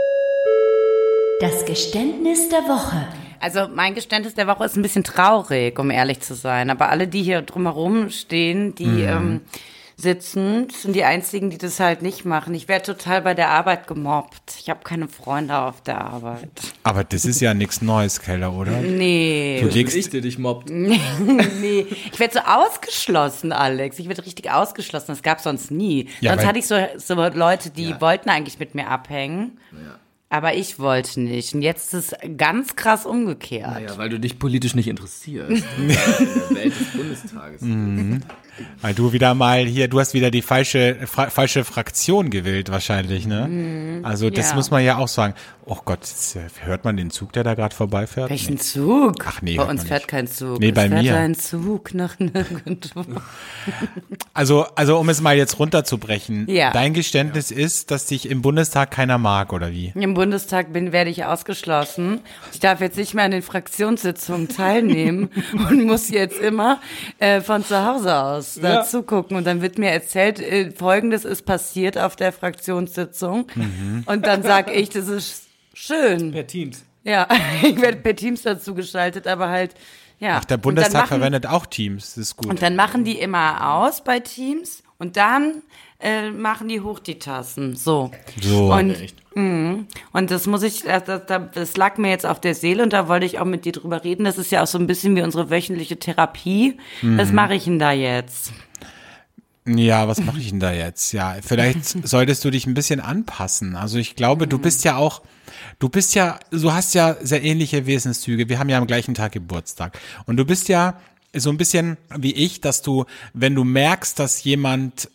Das Geständnis der Woche. Also mein Geständnis der Woche ist ein bisschen traurig, um ehrlich zu sein. Aber alle, die hier drumherum stehen, die ähm, sitzen, sind die einzigen, die das halt nicht machen. Ich werde total bei der Arbeit gemobbt. Ich habe keine Freunde auf der Arbeit. Aber das ist ja nichts Neues, Keller, oder? Nee. Du Ich, legst, der dich mobbt. Nee, ich werde so ausgeschlossen, Alex. Ich werde richtig ausgeschlossen. Das gab sonst nie. Ja, sonst weil- hatte ich so, so Leute, die Ja. wollten eigentlich mit mir abhängen. Aber ich wollte nicht. Und jetzt ist es ganz krass umgekehrt. Naja, weil du dich politisch nicht interessierst. In der Welt des Bundestages. weil du wieder mal hier, du hast wieder die falsche, fra falsche Fraktion gewählt wahrscheinlich, ne? Also das ja. muss man ja auch sagen. Oh Gott, jetzt, äh, hört man den Zug, der da gerade vorbeifährt? Welchen Zug? Ach nee, Bei hört uns man fährt nicht. kein Zug. Nee, es bei fährt mir. ein Zug nach nirgendwo. Also, also um es mal jetzt runterzubrechen, Ja. dein Geständnis ist, dass dich im Bundestag keiner mag, oder wie? Im Bundestag bin, werde ich ausgeschlossen. Ich darf jetzt nicht mehr an den Fraktionssitzungen teilnehmen und muss jetzt immer äh, von zu Hause aus Ja. dazu gucken. Und dann wird mir erzählt, äh, Folgendes ist passiert auf der Fraktionssitzung. Und dann sage ich, das ist schön. Per Teams. Ja, ich werde per Teams dazu geschaltet, aber halt, ja. Ach, der Und dann Bundestag machen- verwendet auch Teams, das ist gut. Und dann machen die immer aus bei Teams und dann äh, machen die hoch die Tassen. So. So. Und, mh, und das muss ich, das, das, das lag mir jetzt auf der Seele und da wollte ich auch mit dir drüber reden. Das ist ja auch so ein bisschen wie unsere wöchentliche Therapie. Was mache ich denn da jetzt? Ja, was mache ich denn da jetzt? Ja, vielleicht solltest du dich ein bisschen anpassen. Also ich glaube, du bist ja auch, du bist ja, du hast ja sehr ähnliche Wesenszüge. Wir haben ja am gleichen Tag Geburtstag. Und du bist ja so ein bisschen wie ich, dass du, wenn du merkst, dass jemand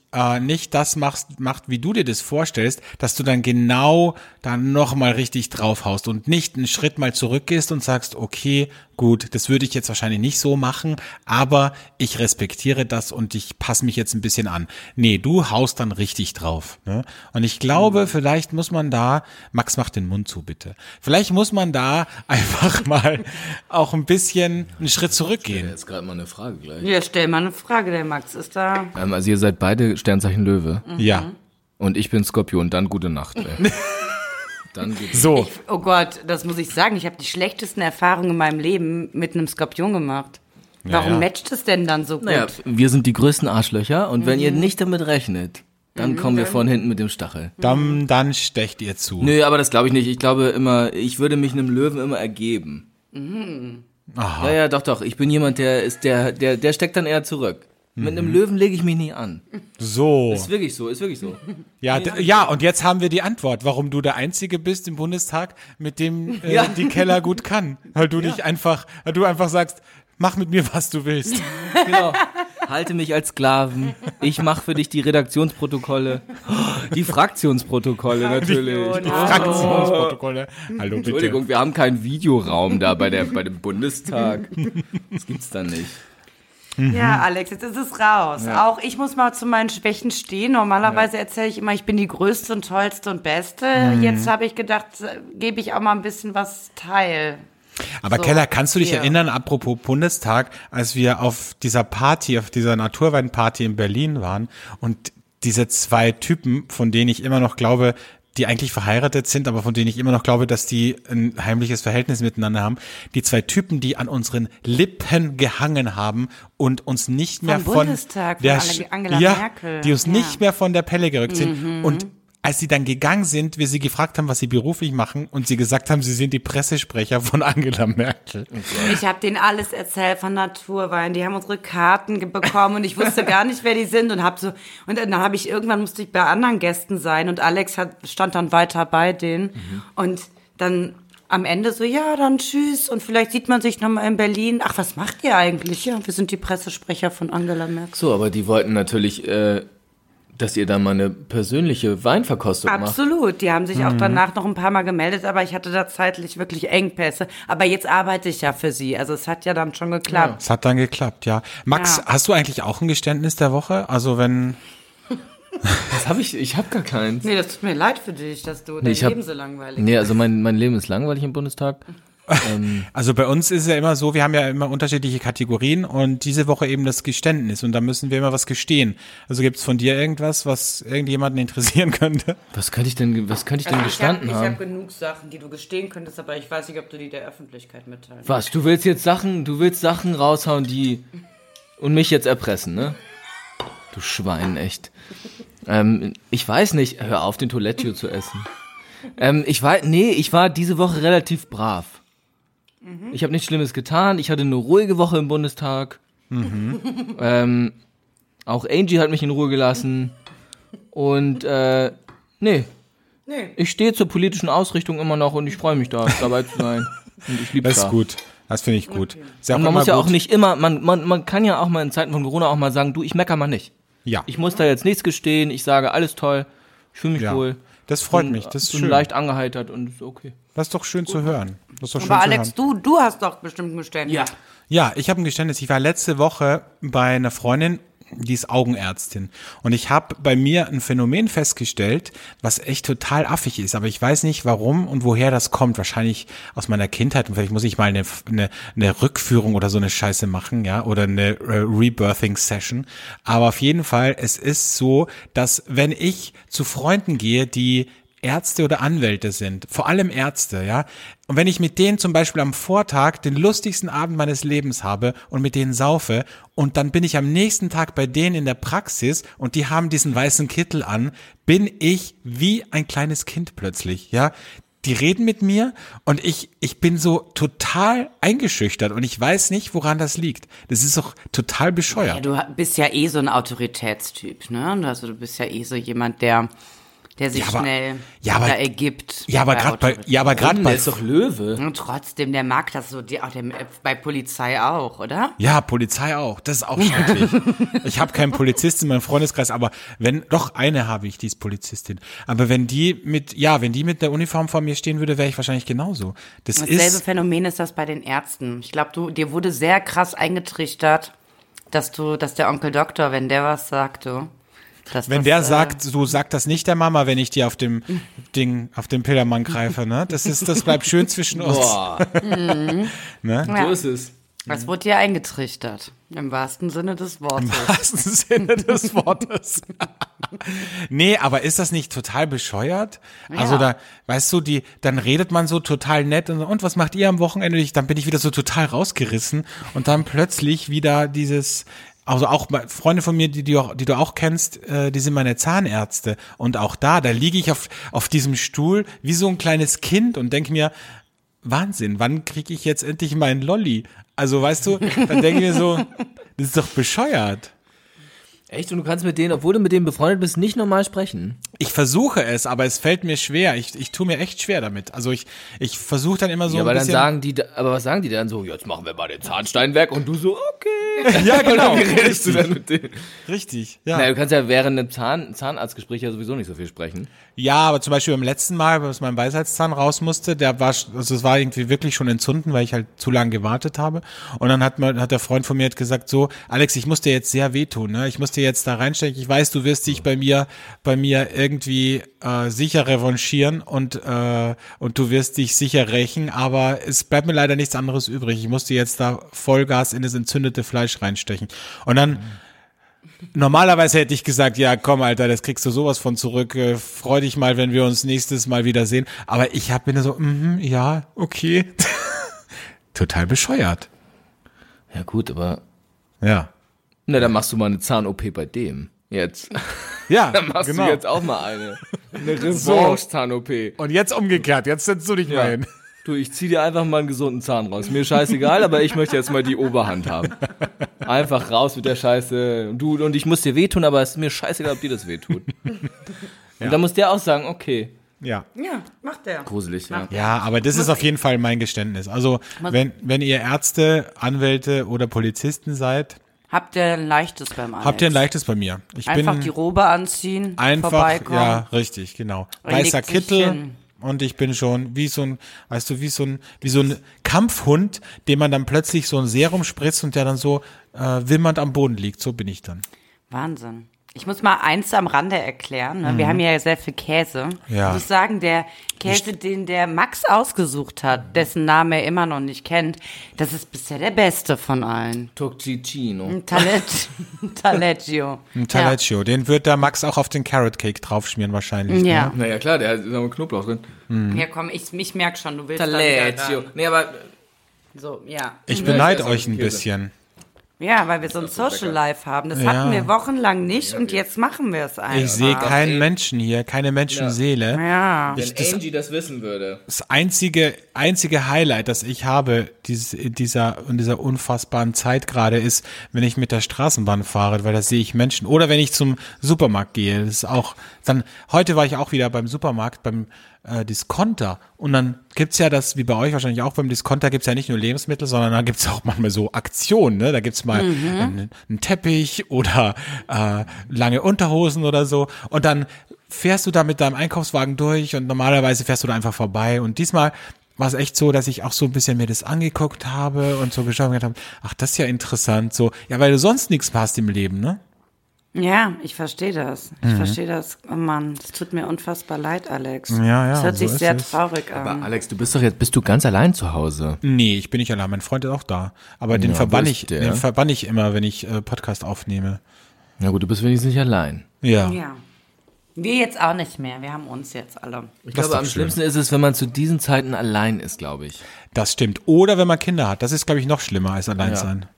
äh, nicht das machst, macht, wie du dir das vorstellst, dass du dann genau da nochmal richtig draufhaust und nicht einen Schritt mal zurückgehst und sagst, okay, gut, das würde ich jetzt wahrscheinlich nicht so machen, aber ich respektiere das und ich passe mich jetzt ein bisschen an. Nee, du haust dann richtig drauf. Ne? Und ich glaube, vielleicht muss man da, Max, mach den Mund zu, bitte. Vielleicht muss man da einfach mal auch ein bisschen einen Schritt zurückgehen. Jetzt gerade mal eine Frage gleich. Ja, stell mal eine Frage, der Max ist da. Ähm, also ihr seid beide Sternzeichen Löwe. Mhm. Ja. Und ich bin Skorpion, dann gute Nacht. Ey. Dann gute So. Oh Gott, das muss ich sagen. Ich habe die schlechtesten Erfahrungen in meinem Leben mit einem Skorpion gemacht. Warum ja. matcht es denn dann so gut? Naja, wir sind die größten Arschlöcher und wenn ihr nicht damit rechnet, dann kommen wir von hinten mit dem Stachel. Dann, dann stecht ihr zu. Nö, aber das glaube ich nicht. Ich glaube immer, ich würde mich einem Löwen immer ergeben. Aha. Ja, ja, doch, doch. Ich bin jemand, der ist, der, der, der steckt dann eher zurück. Mit einem Löwen lege ich mich nie an. So. Ist wirklich so, ist wirklich so. Ja, d- ja, und jetzt haben wir die Antwort, warum du der Einzige bist im Bundestag, mit dem äh, Ja. die Keller gut kann. Weil du dich einfach, weil du einfach sagst, mach mit mir, was du willst. Genau. Halte mich als Sklaven. Ich mache für dich die Redaktionsprotokolle. Die Fraktionsprotokolle natürlich. Die Fraktionsprotokolle. Hallo, bitte. Entschuldigung, wir haben keinen Videoraum da bei, der, bei dem Bundestag. Das gibt's dann nicht. Ja, Alex, jetzt ist es raus. Auch ich muss mal zu meinen Schwächen stehen. Normalerweise erzähle ich immer, ich bin die Größte und Tollste und Beste. Jetzt habe ich gedacht, äh, gebe ich auch mal ein bisschen was teil. Aber So, Keller, kannst du dich hier. erinnern, apropos Bundestag, als wir auf dieser Party, auf dieser Naturweinparty in Berlin waren und diese zwei Typen, von denen ich immer noch glaube, die eigentlich verheiratet sind, aber von denen ich immer noch glaube, dass die ein heimliches Verhältnis miteinander haben. Die zwei Typen, die an unseren Lippen gehangen haben und uns nicht mehr von Bundestag, von der Angela- Angela ja, Merkel. die uns Ja. nicht mehr von der Pelle gerückt sind. Und als sie dann gegangen sind, wir sie gefragt haben, was sie beruflich machen und sie gesagt haben, sie sind die Pressesprecher von Angela Merkel. Ich habe denen alles erzählt von Naturwein. Die haben unsere Karten ge- bekommen und ich wusste gar nicht, wer die sind und habe so und dann habe ich irgendwann musste ich bei anderen Gästen sein und Alex hat, stand dann weiter bei denen Mhm. und dann am Ende so, ja, dann tschüss und vielleicht sieht man sich nochmal in Berlin. Ach, was macht ihr eigentlich? Ja, wir sind die Pressesprecher von Angela Merkel. So, aber die wollten natürlich, äh, dass ihr da mal eine persönliche Weinverkostung macht. Absolut, die haben sich Mhm. auch danach noch ein paar Mal gemeldet, aber ich hatte da zeitlich wirklich Engpässe. Aber jetzt arbeite ich ja für sie, also es hat ja dann schon geklappt. Es hat dann geklappt, ja. Max, Ja. hast du eigentlich auch ein Geständnis der Woche? Also wenn, Das habe ich, ich habe gar keins. Nee, das tut mir leid für dich, dass du dein ich hab- Leben so langweilig Nee, also mein, mein Leben ist langweilig im Bundestag. ähm, also bei uns ist es ja immer so, wir haben ja immer unterschiedliche Kategorien und diese Woche eben das Geständnis und da müssen wir immer was gestehen. Also gibt's von dir irgendwas, was irgendjemanden interessieren könnte? was könnte ich denn, was könnte ich denn Also gestanden ich haben? habe genug Sachen, die du gestehen könntest, aber ich weiß nicht, ob du die der Öffentlichkeit mitteilen. Was, du willst jetzt Sachen, du willst Sachen raushauen, die und mich jetzt erpressen, ne? Du Schwein, echt. Ähm, ich weiß nicht, hör auf, den Toilettio zu essen. Ähm, ich war, nee, ich war diese Woche relativ brav. Ich habe nichts Schlimmes getan, ich hatte eine ruhige Woche im Bundestag. Ähm, auch Angie hat mich in Ruhe gelassen. Und, äh, nee, Nee. ich stehe zur politischen Ausrichtung immer noch und ich freue mich da, dabei zu sein. Und ich liebe Das ist gut. Das finde ich gut. Ist ja Und auch man immer muss ja gut. auch nicht immer, man, man, man kann ja auch mal in Zeiten von Corona auch mal sagen, du, ich mecker mal nicht. Ja. Ich muss da jetzt nichts gestehen, ich sage, alles toll, ich fühle mich Ja. wohl. Das freut Bin- mich, das ist bin schön. leicht angeheitert und ist okay. Das ist doch schön zu hören. Das ist doch schön Aber zu Alex, hören. du, du hast doch bestimmt ein Geständnis. Ja, ich habe ein Geständnis. Ich war letzte Woche bei einer Freundin, die ist Augenärztin. Und ich habe bei mir ein Phänomen festgestellt, was echt total affig ist. Aber ich weiß nicht, warum und woher das kommt. Wahrscheinlich aus meiner Kindheit. Und vielleicht muss ich mal eine, eine, eine Rückführung oder so eine Scheiße machen, ja, oder eine äh, Rebirthing-Session. Aber auf jeden Fall, es ist so, dass wenn ich zu Freunden gehe, die Ärzte oder Anwälte sind, vor allem Ärzte, ja. Und wenn ich mit denen zum Beispiel am Vortag den lustigsten Abend meines Lebens habe und mit denen saufe und dann bin ich am nächsten Tag bei denen in der Praxis und die haben diesen weißen Kittel an, bin ich wie ein kleines Kind plötzlich, ja. Die reden mit mir und ich, ich bin so total eingeschüchtert und ich weiß nicht, woran das liegt. Das ist doch total Ja, bescheuert. du bist ja eh so ein Autoritätstyp, ne? Also du bist ja eh so jemand, der der sich Ja, aber- schnell ja, aber- da ergibt. Ja, aber gerade bei, ja, aber gerade Der bei, ist doch Löwe. Und trotzdem, der mag das so, die, auch der, bei Polizei auch, oder? ja, Polizei auch, das ist auch schrecklich. Ich habe keinen Polizist in meinem Freundeskreis, aber wenn, doch eine habe ich, die ist Polizistin. Aber wenn die mit, ja, wenn die mit der Uniform vor mir stehen würde, wäre ich wahrscheinlich genauso. Das Dasselbe ist, Phänomen ist das bei den Ärzten. Ich glaube, du, dir wurde sehr krass eingetrichtert, dass du, dass der Onkel Doktor, wenn der was sagt, du, dass wenn das, der äh, sagt, so sagt das nicht der Mama, wenn ich dir auf dem Ding, auf dem Pillermann greife, ne? Das ist, das bleibt schön zwischen uns. Boah, ja, so ist es. das wurde dir eingetrichtert. Im wahrsten Sinne des Wortes. Im wahrsten Sinne des Wortes. Nee, aber ist das nicht total bescheuert? Also Ja. da, weißt du, die, dann redet man so total nett und, so, und was macht ihr am Wochenende? Ich, dann bin ich wieder so total rausgerissen und dann plötzlich wieder dieses, also auch Freunde von mir, die, die, auch, die du auch kennst, äh, die sind meine Zahnärzte und auch da, da liege ich auf, auf diesem Stuhl wie so ein kleines Kind und denke mir, Wahnsinn, wann kriege ich jetzt endlich meinen Lolli? Also weißt du, dann denke ich mir so, das ist doch bescheuert. Echt? Und du kannst mit denen, obwohl du mit denen befreundet bist, nicht normal sprechen? Ich versuche es, aber es fällt mir schwer. Ich, ich tue mir echt schwer damit. Also ich, ich versuche dann immer so Ja, ein aber dann bisschen. sagen die, aber was sagen die dann so? Jetzt machen wir mal den Zahnstein weg und du so, okay. Ja, genau. Wie redest du dann mit denen? Richtig, ja. Na, du kannst ja während einem Zahn, Zahnarztgespräch ja sowieso nicht so viel sprechen. Ja, aber zum Beispiel beim letzten Mal, als mein Weisheitszahn raus musste, der war, also es war irgendwie wirklich schon entzünden, weil ich halt zu lange gewartet habe. Und dann hat man, hat der Freund von mir gesagt so, Alex, ich muss dir jetzt sehr wehtun, ne? Ich muss dir jetzt da reinstecken. Ich weiß, du wirst dich bei mir, bei mir irgendwie äh, sicher revanchieren und äh, und du wirst dich sicher rächen, aber es bleibt mir leider nichts anderes übrig. Ich muss dir jetzt da Vollgas in das entzündete Fleisch reinstechen. Und dann normalerweise hätte ich gesagt, ja komm Alter, das kriegst du sowas von zurück, äh, freu dich mal, wenn wir uns nächstes Mal wieder sehen. Aber ich hab mir so, mhm, ja, okay. Total bescheuert. Ja gut, aber Ja. na, dann machst du mal eine Zahn-O P bei dem. Jetzt. Ja, Dann machst genau. du jetzt auch mal eine. Eine Revanche-Zahn-O P. Und jetzt umgekehrt, jetzt setzt du dich mal hin. Du, ich zieh dir einfach mal einen gesunden Zahn raus. Mir scheißegal, aber ich möchte jetzt mal die Oberhand haben. Einfach raus mit der Scheiße. Du, und ich muss dir wehtun, aber es ist mir scheißegal, ob dir das wehtut. Und dann muss der auch sagen, okay. Ja. Ja, macht der. Gruselig, ja. Ja, aber das ist auf jeden Fall mein Geständnis. Also, wenn, wenn ihr Ärzte, Anwälte oder Polizisten seid, Habt ihr ein leichtes beim Alex? habt ihr ein leichtes bei mir. Ich Einfach bin die Robe anziehen, einfach, vorbeikommen. ja, richtig, genau. Und Weißer legt sich Kittel hin. und ich bin schon wie so ein, weißt du, wie so ein, wie so ein Kampfhund, dem man dann plötzlich so ein Serum spritzt und der dann so äh, wimmernd am Boden liegt. So bin ich dann. Wahnsinn. Ich muss mal eins am Rande erklären. Ne? Wir haben ja sehr viel Käse. Ja. Ich muss sagen, der Käse, den der Max ausgesucht hat, dessen Name er immer noch nicht kennt, das ist bisher der beste von allen. Tocticino. Talet Taleggio. Ein Taleggio, den wird der Max auch auf den Carrot Cake draufschmieren wahrscheinlich. Ja. Ne? Naja, klar, der hat da einen Knoblauch drin. Ja, komm, ich, ich merk schon, du willst da wieder Taleggio. ran. Nee, aber So, ja. Ich Ja, beneide ich esse euch ein Käse. bisschen. Ja, weil wir so ein Social Life haben. Das Ja. hatten wir wochenlang nicht und jetzt machen wir es einfach. Ich sehe keinen eben. Menschen hier, keine Menschenseele. Ja. wenn Ich- das- Angie das wissen würde. Das einzige, einzige Highlight, das ich habe, dieses, in dieser, in dieser unfassbaren Zeit gerade ist, wenn ich mit der Straßenbahn fahre, weil da sehe ich Menschen. Oder wenn ich zum Supermarkt gehe. Das ist auch, dann, heute war ich auch wieder beim Supermarkt, beim äh, Discounter. Und dann gibt's ja das, wie bei euch wahrscheinlich auch, beim Discounter gibt's ja nicht nur Lebensmittel, sondern da gibt's auch manchmal so Aktionen, ne? Da gibt's mal einen, einen Teppich oder äh, lange Unterhosen oder so. Und dann fährst du da mit deinem Einkaufswagen durch und normalerweise fährst du da einfach vorbei. Und diesmal war es echt so, dass ich auch so ein bisschen mir das angeguckt habe und so geschaut habe, ach, das ist ja interessant, so, ja, weil du sonst nichts hast im Leben, ne? Ja, ich verstehe das. Ich verstehe das. Oh Mann, es tut mir unfassbar leid, Alex. Ja, ja, Das hört so sich ist sehr es. traurig an. Aber Alex, du bist doch jetzt, bist du ganz allein zu Hause? Nee, ich bin nicht allein, mein Freund ist auch da. Aber den Ja, verbann wo ich, ist der? den verbann ich immer, wenn ich äh, Podcast aufnehme. Na gut, du bist wenigstens nicht allein. Ja. Ja. Wir jetzt auch nicht mehr. Wir haben uns jetzt alle. Ich Das ist glaube, am doch schön. schlimmsten ist es, wenn man zu diesen Zeiten allein ist, glaube ich. Das stimmt. Oder wenn man Kinder hat. Das ist, glaube ich, noch schlimmer als allein Ja. sein.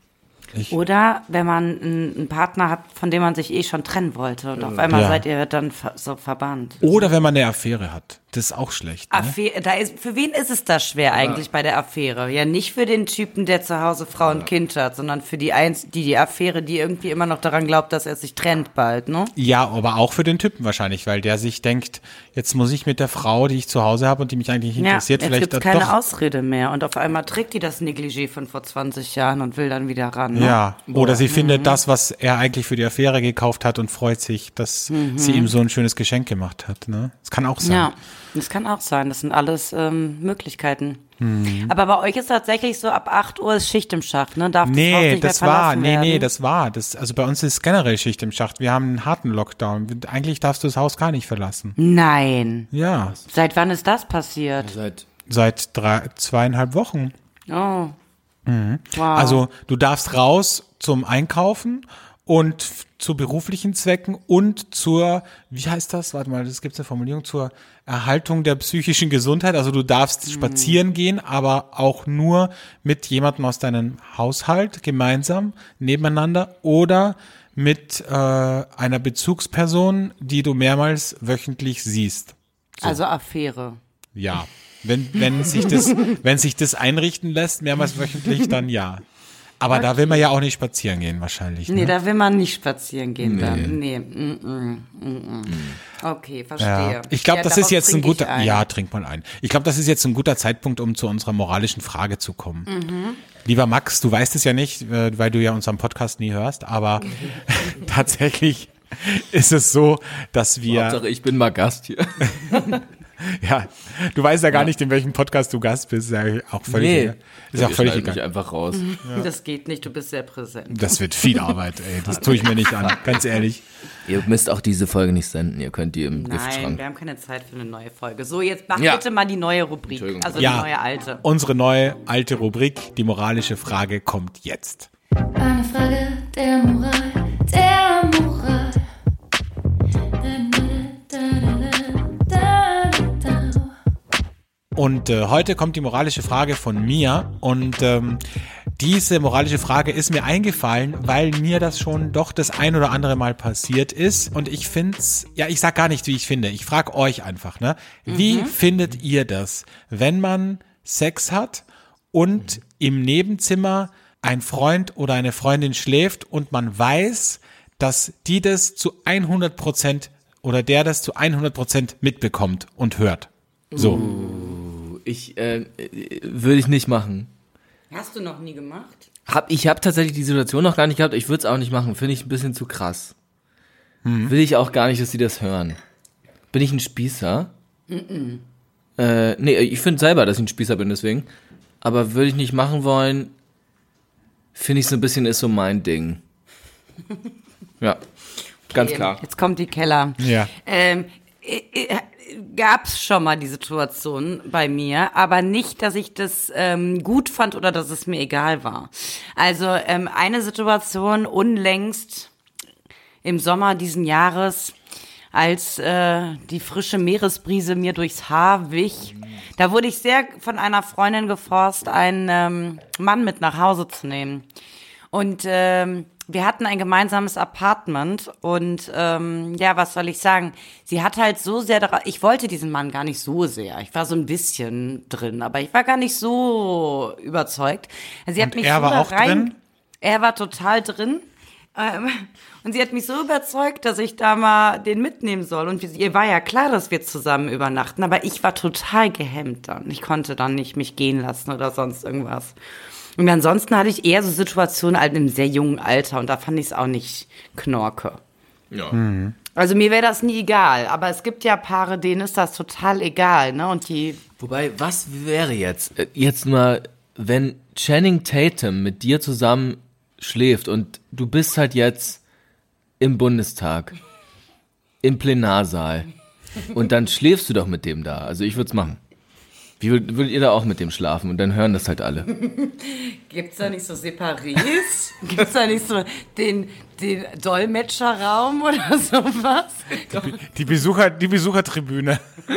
Ich, Oder wenn man einen, einen Partner hat, von dem man sich eh schon trennen wollte und auf einmal Ja. seid ihr dann ver- so verbannt. oder wenn man eine Affäre hat. Das ist auch schlecht. Ne? Affaire, da ist, für wen ist es da schwer eigentlich bei der Affäre? Ja, nicht für den Typen, der zu Hause Frau und Kind hat, sondern für die eins, die die Affäre, die irgendwie immer noch daran glaubt, dass er sich trennt bald, ne? Ja, aber auch für den Typen wahrscheinlich, weil der sich denkt, jetzt muss ich mit der Frau, die ich zu Hause habe und die mich eigentlich nicht Ja, interessiert, jetzt vielleicht gibt's dann keine doch. Ausrede mehr und auf einmal trägt die das Negligé von vor zwanzig Jahren und will dann wieder ran, ne? Ja, oder sie Mhm. findet das, was er eigentlich für die Affäre gekauft hat und freut sich, dass sie ihm so ein schönes Geschenk gemacht hat. Ne? Das kann auch sein. Mhm. Ja, das kann auch sein. Das sind alles ähm, Möglichkeiten. Mhm. Aber bei euch ist tatsächlich so, ab acht Uhr ist Schicht im Schacht, ne? Darf das Haus Nee, nicht das mehr war, verlassen nee, werden. nee, das war. Das, also bei uns ist generell Schicht im Schacht. Wir haben einen harten Lockdown. Wir- Eigentlich darfst du das Haus gar nicht verlassen. Nein. Ja, Seit wann ist das passiert? Seit seit drei, zweieinhalb Wochen. Oh. Wow. Also du darfst raus zum Einkaufen und f- zu beruflichen Zwecken und zur, wie heißt das? Warte mal, das gibt eine Formulierung, zur Erhaltung der psychischen Gesundheit. Also du darfst spazieren gehen, aber auch nur mit jemandem aus deinem Haushalt gemeinsam nebeneinander oder mit äh, einer Bezugsperson, die du mehrmals wöchentlich siehst. Also Affäre. Ja. Wenn, wenn sich das, wenn sich das einrichten lässt, mehrmals wöchentlich, dann ja. Aber da will man ja auch nicht spazieren gehen, wahrscheinlich. Nee, Ne? da will man nicht spazieren gehen dann. Nee. Mm, mm, mm, mm. Okay, verstehe. Ja. Ich glaube, Ja, das darauf ist jetzt ein trinke ich guter, ein. ja, trink mal ein. Ich glaube, das ist jetzt ein guter Zeitpunkt, um zu unserer moralischen Frage zu kommen. Mhm. Lieber Max, du weißt es ja nicht, äh, weil du ja unseren Podcast nie hörst, aber tatsächlich ist es so, dass wir, Hauptsache, ich bin mal Gast hier. ja, du weißt ja gar nicht, in welchem Podcast du Gast bist, ist ja auch völlig, egal. ist ja auch Wir völlig schneiden mich egal. einfach raus. Das geht nicht, du bist sehr präsent. Das wird viel Arbeit, ey, das tue ich mir nicht an, ganz ehrlich. Ihr müsst auch diese Folge nicht senden, ihr könnt die im Nein, Giftschrank. wir haben keine Zeit für eine neue Folge. So, jetzt mach Ja. bitte mal die neue Rubrik. Entschuldigung. Also Ja. die neue alte. Unsere neue alte Rubrik, die moralische Frage, kommt jetzt. Eine Frage der Moral, der Moral. Da, da, da, da, da. Und äh, heute kommt die moralische Frage von mir und ähm, diese moralische Frage ist mir eingefallen, weil mir das schon doch das ein oder andere Mal passiert ist und ich find's, ja, ich sag gar nicht, wie ich finde, ich frage euch einfach, ne? Wie findet ihr das, wenn man Sex hat und im Nebenzimmer ein Freund oder eine Freundin schläft und man weiß, dass die das zu hundert Prozent oder der das zu hundert Prozent mitbekommt und hört? So. Ich, äh, würde ich nicht machen. Hast du noch nie gemacht? Hab, ich habe tatsächlich die Situation noch gar nicht gehabt, ich würde es auch nicht machen, finde ich ein bisschen zu krass. Will ich auch gar nicht, dass die das hören. Bin ich ein Spießer? Äh, nee, ich finde selber, dass ich ein Spießer bin, deswegen. Aber würde ich nicht machen wollen, finde ich so ein bisschen ist so mein Ding. Ja, ganz klar. Jetzt kommt die Keller. Ja. Ähm, gab es schon mal die Situation bei mir, aber nicht, dass ich das ähm, gut fand oder dass es mir egal war. Also ähm, eine Situation unlängst im Sommer diesen Jahres, als äh, die frische Meeresbrise mir durchs Haar wich, da wurde ich sehr von einer Freundin geforst, einen ähm, Mann mit nach Hause zu nehmen. Und ähm, wir hatten ein gemeinsames Apartment und ähm, ja, was soll ich sagen? Sie hat halt so sehr daran, ich wollte diesen Mann gar nicht so sehr. Ich war so ein bisschen drin, aber ich war gar nicht so überzeugt. Also sie hat Und mich er so war da auch rein, drin? Er war total drin. Ähm, und sie hat mich so überzeugt, dass ich da mal den mitnehmen soll. Und ihr war ja klar, dass wir zusammen übernachten, aber ich war total gehemmt dann. Ich konnte dann nicht mich gehen lassen oder sonst irgendwas. Und ansonsten hatte ich eher so Situationen halt in einem sehr jungen Alter und da fand ich es auch nicht knorke. Ja. Also mir wäre das nie egal, aber es gibt ja Paare, denen ist das total egal, ne? Und die, Wobei, was wäre jetzt, äh, jetzt mal, wenn Channing Tatum mit dir zusammen schläft und du bist halt jetzt im Bundestag, im Plenarsaal und dann schläfst du doch mit dem da. Also ich würde es machen. Wie würd- würdet ihr da auch mit dem schlafen und dann hören das halt alle? gibt's da nicht so Separés? Gibt's da nicht so den, den Dolmetscherraum oder sowas? Die Besucher, die Besuchertribüne.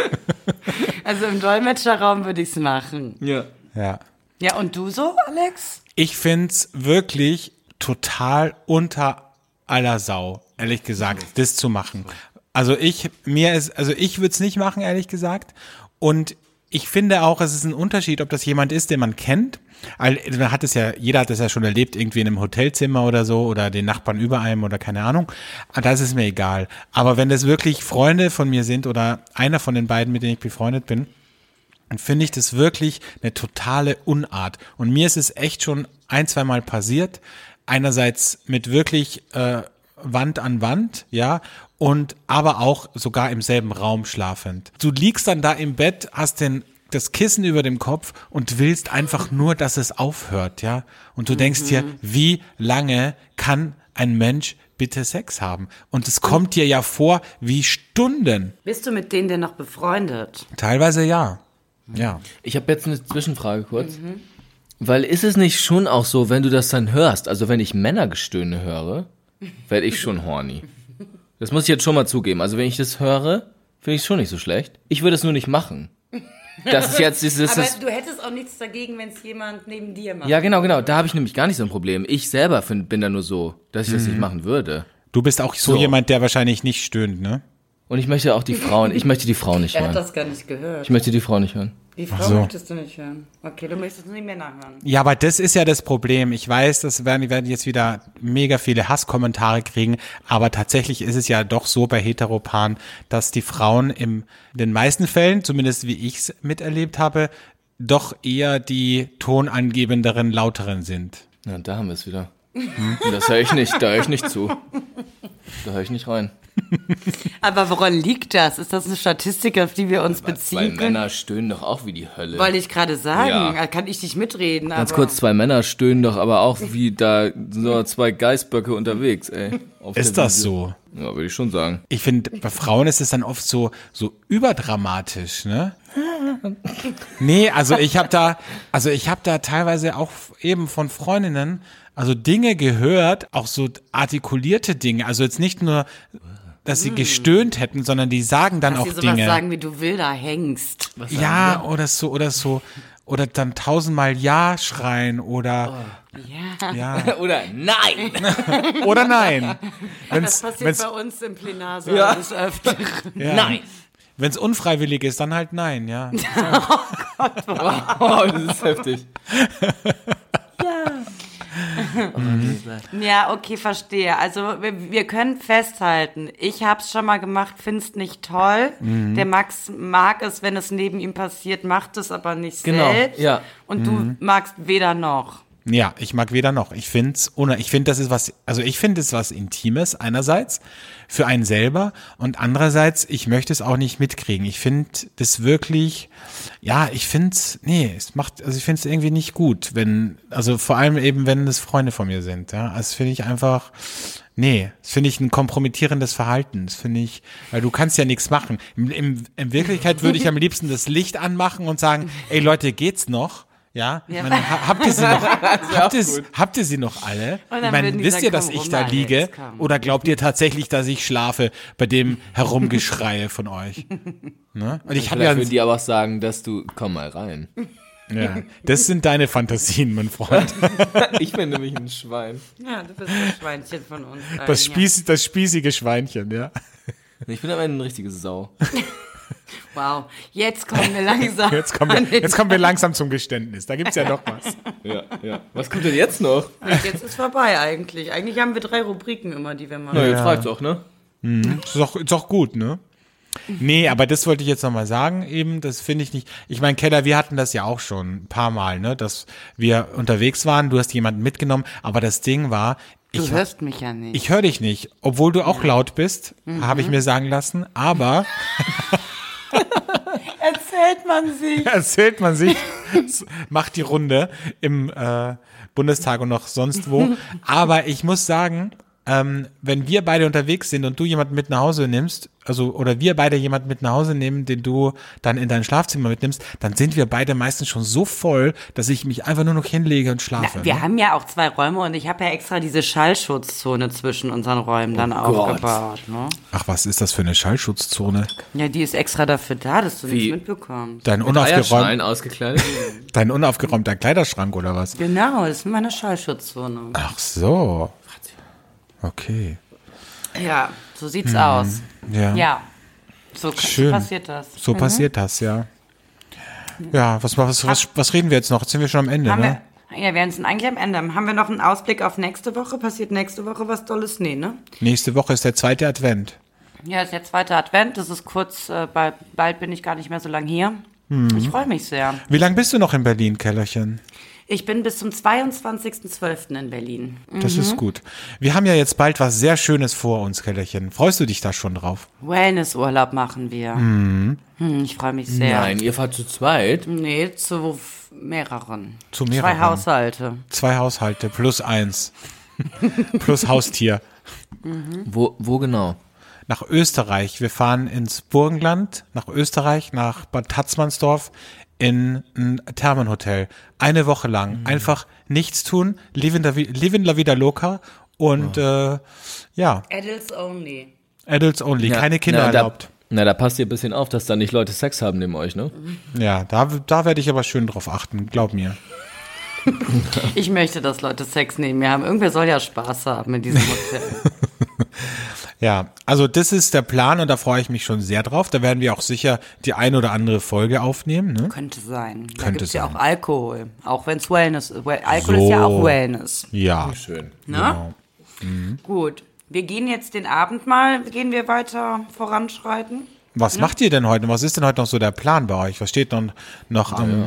Also im Dolmetscherraum würde ich's machen. Ja. Ja. Ja, und du so, Alex? Ich find's wirklich total unter aller Sau, ehrlich gesagt, das zu machen. Also ich, mir ist, also ich würde es nicht machen, ehrlich gesagt. Und ich finde auch, es ist ein Unterschied, ob das jemand ist, den man kennt. Also man hat es ja, jeder hat es ja schon erlebt, irgendwie in einem Hotelzimmer oder so oder den Nachbarn über einem oder keine Ahnung. Da ist es mir egal. Aber wenn das wirklich Freunde von mir sind oder einer von den beiden, mit denen ich befreundet bin, dann finde ich das wirklich eine totale Unart. Und mir ist es echt schon ein, zwei Mal passiert. Einerseits mit wirklich äh, Wand an Wand, ja, und aber auch sogar im selben Raum schlafend. Du liegst dann da im Bett, hast den das Kissen über dem Kopf und willst einfach nur, dass es aufhört, ja. Und du denkst dir, wie lange kann ein Mensch bitte Sex haben? Und es kommt dir ja vor wie Stunden. Bist du mit denen denn noch befreundet? Teilweise ja, ja. Ich habe jetzt eine Zwischenfrage kurz. Mhm. Weil ist es nicht schon auch so, wenn du das dann hörst, also wenn ich Männergestöhne höre, werde ich schon horny. Das muss ich jetzt schon mal zugeben. Also wenn ich das höre, finde ich es schon nicht so schlecht. Ich würde es nur nicht machen. Das ist jetzt dieses. Aber du hättest auch nichts dagegen, wenn es jemand neben dir macht. Ja, genau, genau. Da habe ich nämlich gar nicht so ein Problem. Ich selber find, bin da nur so, dass ich das nicht machen würde. Du bist auch so, So. jemand, der wahrscheinlich nicht stöhnt, ne? Und ich möchte auch die Frauen, ich möchte die Frau nicht Er hat hören. das gar nicht gehört. Ich möchte die Frau nicht hören. Die Frau so. möchtest du nicht hören. Okay, du möchtest nur die Männer hören. Ja, aber das ist ja das Problem. Ich weiß, das werden, die werden jetzt wieder mega viele Hasskommentare kriegen, aber tatsächlich ist es ja doch so bei Heteropaaren, dass die Frauen im, in den meisten Fällen, zumindest wie ich es miterlebt habe, doch eher die tonangebenderen, lauteren sind. Ja, da haben wir es wieder. Hm? Das höre ich nicht, da höre ich nicht zu. Da höre ich nicht rein. Aber woran liegt das? Ist das eine Statistik, auf die wir uns Zwei beziehen können? Männer stöhnen doch auch wie die Hölle. Wollte ich gerade sagen. Ja. Da kann ich nicht mitreden. Ganz aber kurz, zwei Männer stöhnen doch aber auch wie da so zwei Geißböcke unterwegs, ey. Auf Ist der das Wiese. so? Ja, würde ich schon sagen. Ich finde, bei Frauen ist es dann oft so, so überdramatisch, ne? Nee, also ich habe da, also ich habe da teilweise auch eben von Freundinnen, also Dinge gehört, auch so artikulierte Dinge, also jetzt nicht nur, dass sie gestöhnt hätten, sondern die sagen dann dass auch sie sowas Dinge. sagen, wie du wilder hängst. Ja, oder so, oder so, oder dann tausendmal Ja schreien oder, Ja. ja, Oder nein! oder nein. Das Wenn's, passiert wenn's, bei uns im Plenarsaal Ja. des Öfteren. ja. Nein! Wenn's unfreiwillig ist, dann halt nein, ja. Oh, das ist heftig. Ja, okay, verstehe. Also wir, wir können festhalten, ich hab's schon mal gemacht, find's nicht toll. Mhm. Der Max mag es, wenn es neben ihm passiert, macht es aber nicht Genau, selbst. ja. Und Mhm. du magst weder noch. Ja, ich mag weder noch. Ich find's, ohne, ich finde, das ist was, also ich finde es was Intimes einerseits für einen selber und andererseits, ich möchte es auch nicht mitkriegen. Ich finde das wirklich, ja, ich find's, nee, es macht, also ich finde es irgendwie nicht gut, wenn, also vor allem eben, wenn es Freunde von mir sind, ja, also das finde ich einfach, nee, das finde ich ein kompromittierendes Verhalten, das finde ich, weil du kannst ja nichts machen. In, in, in Wirklichkeit würde ich am liebsten das Licht anmachen und sagen, ey Leute, geht's noch? Ja, Ja. Man, ha, habt ihr sie noch, habt, ihr, habt ihr sie noch alle? Und dann Ich meine, würden die wisst sagen, ihr, dass komm, ich da Roman, liege? jetzt komm. Oder glaubt ihr tatsächlich, dass ich schlafe bei dem Herumgeschreie von euch? Ne? Und ich habe Vielleicht ja, würden die aber auch sagen, dass du, komm mal rein. ja, das sind deine Fantasien, mein Freund. Ich bin nämlich ein Schwein. Ja, du bist das Schweinchen von uns. allen, Das, ja. Spieß, das spießige Schweinchen, ja. Ich bin aber eine richtige Sau. Wow, jetzt kommen wir langsam. Jetzt kommen wir, jetzt kommen wir langsam zum Geständnis. Da gibt's ja noch was. Ja, ja. Was kommt denn jetzt noch? Jetzt ist vorbei eigentlich. Eigentlich haben wir drei Rubriken immer, die wir machen. Na, jetzt reicht's auch, ne? Ist doch, ist doch gut, ne? Nee, aber das wollte ich jetzt nochmal sagen, eben, das finde ich nicht, ich meine, Keller, wir hatten das ja auch schon ein paar Mal, ne, dass wir unterwegs waren, du hast jemanden mitgenommen, aber das Ding war, Du ich, hörst mich ja nicht. ich höre dich nicht, obwohl du auch laut bist, habe ich mir sagen lassen, aber Erzählt man sich. erzählt man sich, macht die Runde im äh, Bundestag und noch sonst wo, aber ich muss sagen, ähm, wenn wir beide unterwegs sind und du jemanden mit nach Hause nimmst, also oder wir beide jemanden mit nach Hause nehmen, den du dann in dein Schlafzimmer mitnimmst, dann sind wir beide meistens schon so voll, dass ich mich einfach nur noch hinlege und schlafe. Na, wir ne? haben ja auch zwei Räume und ich habe ja extra diese Schallschutzzone zwischen unseren Räumen dann Gott. aufgebaut. Ne? Ach, was ist das für eine Schallschutzzone? Ja, die ist extra dafür da, dass du Wie? nichts mitbekommst. Dein, Eierschalen unaufgeräumt, ausgekleidet. dein unaufgeräumter Kleiderschrank oder was? Genau, das ist meine Schallschutzzone. Ach so. Okay. Ja, so sieht's aus. Ja. Ja, so, so Schön. passiert das. So passiert das, ja. Ja, was, was, was, was reden wir jetzt noch? Jetzt sind wir schon am Ende, Haben ne? wir, ja, wir sind eigentlich am Ende. Haben wir noch einen Ausblick auf nächste Woche? Passiert nächste Woche was Tolles? Nee, ne? Nächste Woche ist der zweite Advent. Ja, ist der zweite Advent. Das ist kurz, äh, bald, bald bin ich gar nicht mehr so lange hier. Ich freue mich sehr. Wie lange bist du noch in Berlin, Kellerchen? Ich bin bis zum zweiundzwanzigsten zwölften in Berlin. Das ist gut. Wir haben ja jetzt bald was sehr Schönes vor uns, Kellerchen. Freust du dich da schon drauf? Wellnessurlaub machen wir. Hm, ich freue mich sehr. Nein, ihr fahrt zu zweit. Nee, zu f- mehreren. Zu mehreren. Zwei Haushalte. Zwei Haushalte plus eins. Plus Haustier. Wo, wo genau? Nach Österreich. Wir fahren ins Burgenland, nach Österreich, nach Bad Tatzmannsdorf in ein Thermenhotel. Eine Woche lang. Einfach nichts tun, live in la, live in la vida loca und äh, ja, Adults only. Adults only, keine Kinder na, erlaubt. Da, na, da passt ihr ein bisschen auf, dass da nicht Leute Sex haben neben euch, ne? Ja, da, da werde ich aber schön drauf achten, glaub mir. Ich möchte, dass Leute Sex neben mir haben. Irgendwer soll ja Spaß haben in diesem Hotel. Ja, also das ist der Plan und da freue ich mich schon sehr drauf. Da werden wir auch sicher die ein oder andere Folge aufnehmen. Ne? Könnte sein. Da Könnte gibt's ja sein. auch Alkohol. Auch wenn es Wellness ist. Well, Alkohol So. ist ja auch Wellness. Ja, Schön. Ne? Genau. Gut. Wir gehen jetzt den Abend mal, gehen wir weiter voranschreiten. Was macht ihr denn heute? Was ist denn heute noch so der Plan bei euch? Was steht noch, noch am... Naja.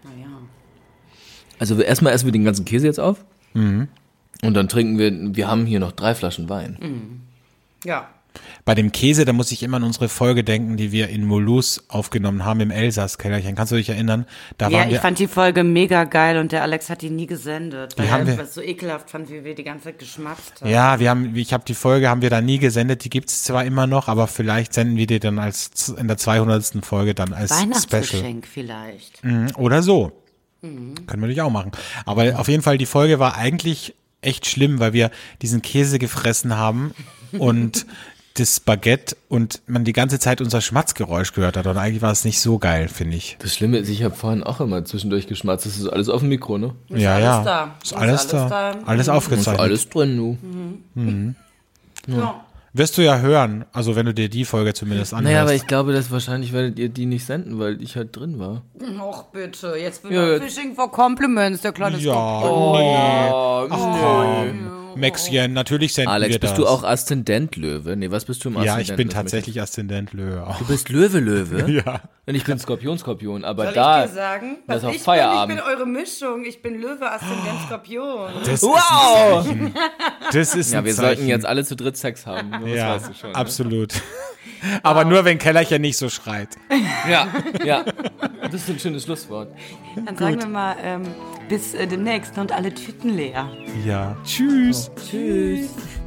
Also wir- erstmal essen wir den ganzen Käse jetzt auf. Und dann trinken wir, wir haben hier noch drei Flaschen Wein. Ja. Bei dem Käse, da muss ich immer an unsere Folge denken, die wir in Mulhouse aufgenommen haben, im Elsass-Kellerchen. Kannst du dich erinnern? Da Ja, waren ich wir, fand die Folge mega geil und der Alex hat die nie gesendet, weil haben er wir- es so ekelhaft fand, wie wir die ganze Zeit geschmatzt haben. ja, wir haben, ich habe die Folge, haben wir da nie gesendet, die gibt's zwar immer noch, aber vielleicht senden wir die dann als in der zweihundertsten Folge dann als Special. Weihnachtsgeschenk vielleicht. Mhm, Oder so. Können wir natürlich auch machen. Aber auf jeden Fall, die Folge war eigentlich echt schlimm, weil wir diesen Käse gefressen haben und das Baguette und man die ganze Zeit unser Schmatzgeräusch gehört hat. Und eigentlich war es nicht so geil, finde ich. Das Schlimme ist, ich habe vorhin auch immer zwischendurch geschmatzt. Das ist alles auf dem Mikro, ne? Ist ja, alles ja. da. Ist alles, da. Alles Ist aufgezeichnet. alles drin, du. Ja. Wirst du ja hören, also wenn du dir die Folge zumindest anhörst. Naja, aber ich glaube, dass wahrscheinlich werdet ihr die nicht senden, weil ich halt drin war. Och bitte, jetzt will Ja, er jetzt- Fishing for Compliments, der kleine ja, Skorpion. nee. Oh, Ach komm. Maxchen, natürlich senden Alex, wir bist das. du auch Aszendent-Löwe? Nee, was bist du im Ja, Aszendent? ich bin tatsächlich Aszendent Löwe. Du bist Löwe-Löwe? Ja. Und ich bin Skorpion-Skorpion, aber Soll da... ich dir sagen? da Was ist auch ich Feierabend. bin? Ich bin eure Mischung. Ich bin Löwe, Aszendent, Skorpion. Das Wow! Ist ein, das ist Ja, ein wir Zeichen. sollten jetzt alle zu dritt Sex haben. Das Ja, weißt du schon. Ne? absolut. Aber nur, wenn Kellerchen nicht so schreit. Ja, ja. Das ist ein schönes Schlusswort. Dann sagen wir mal, ähm, bis äh, demnächst und alle Tüten leer. Ja. Tschüss. Tschüss.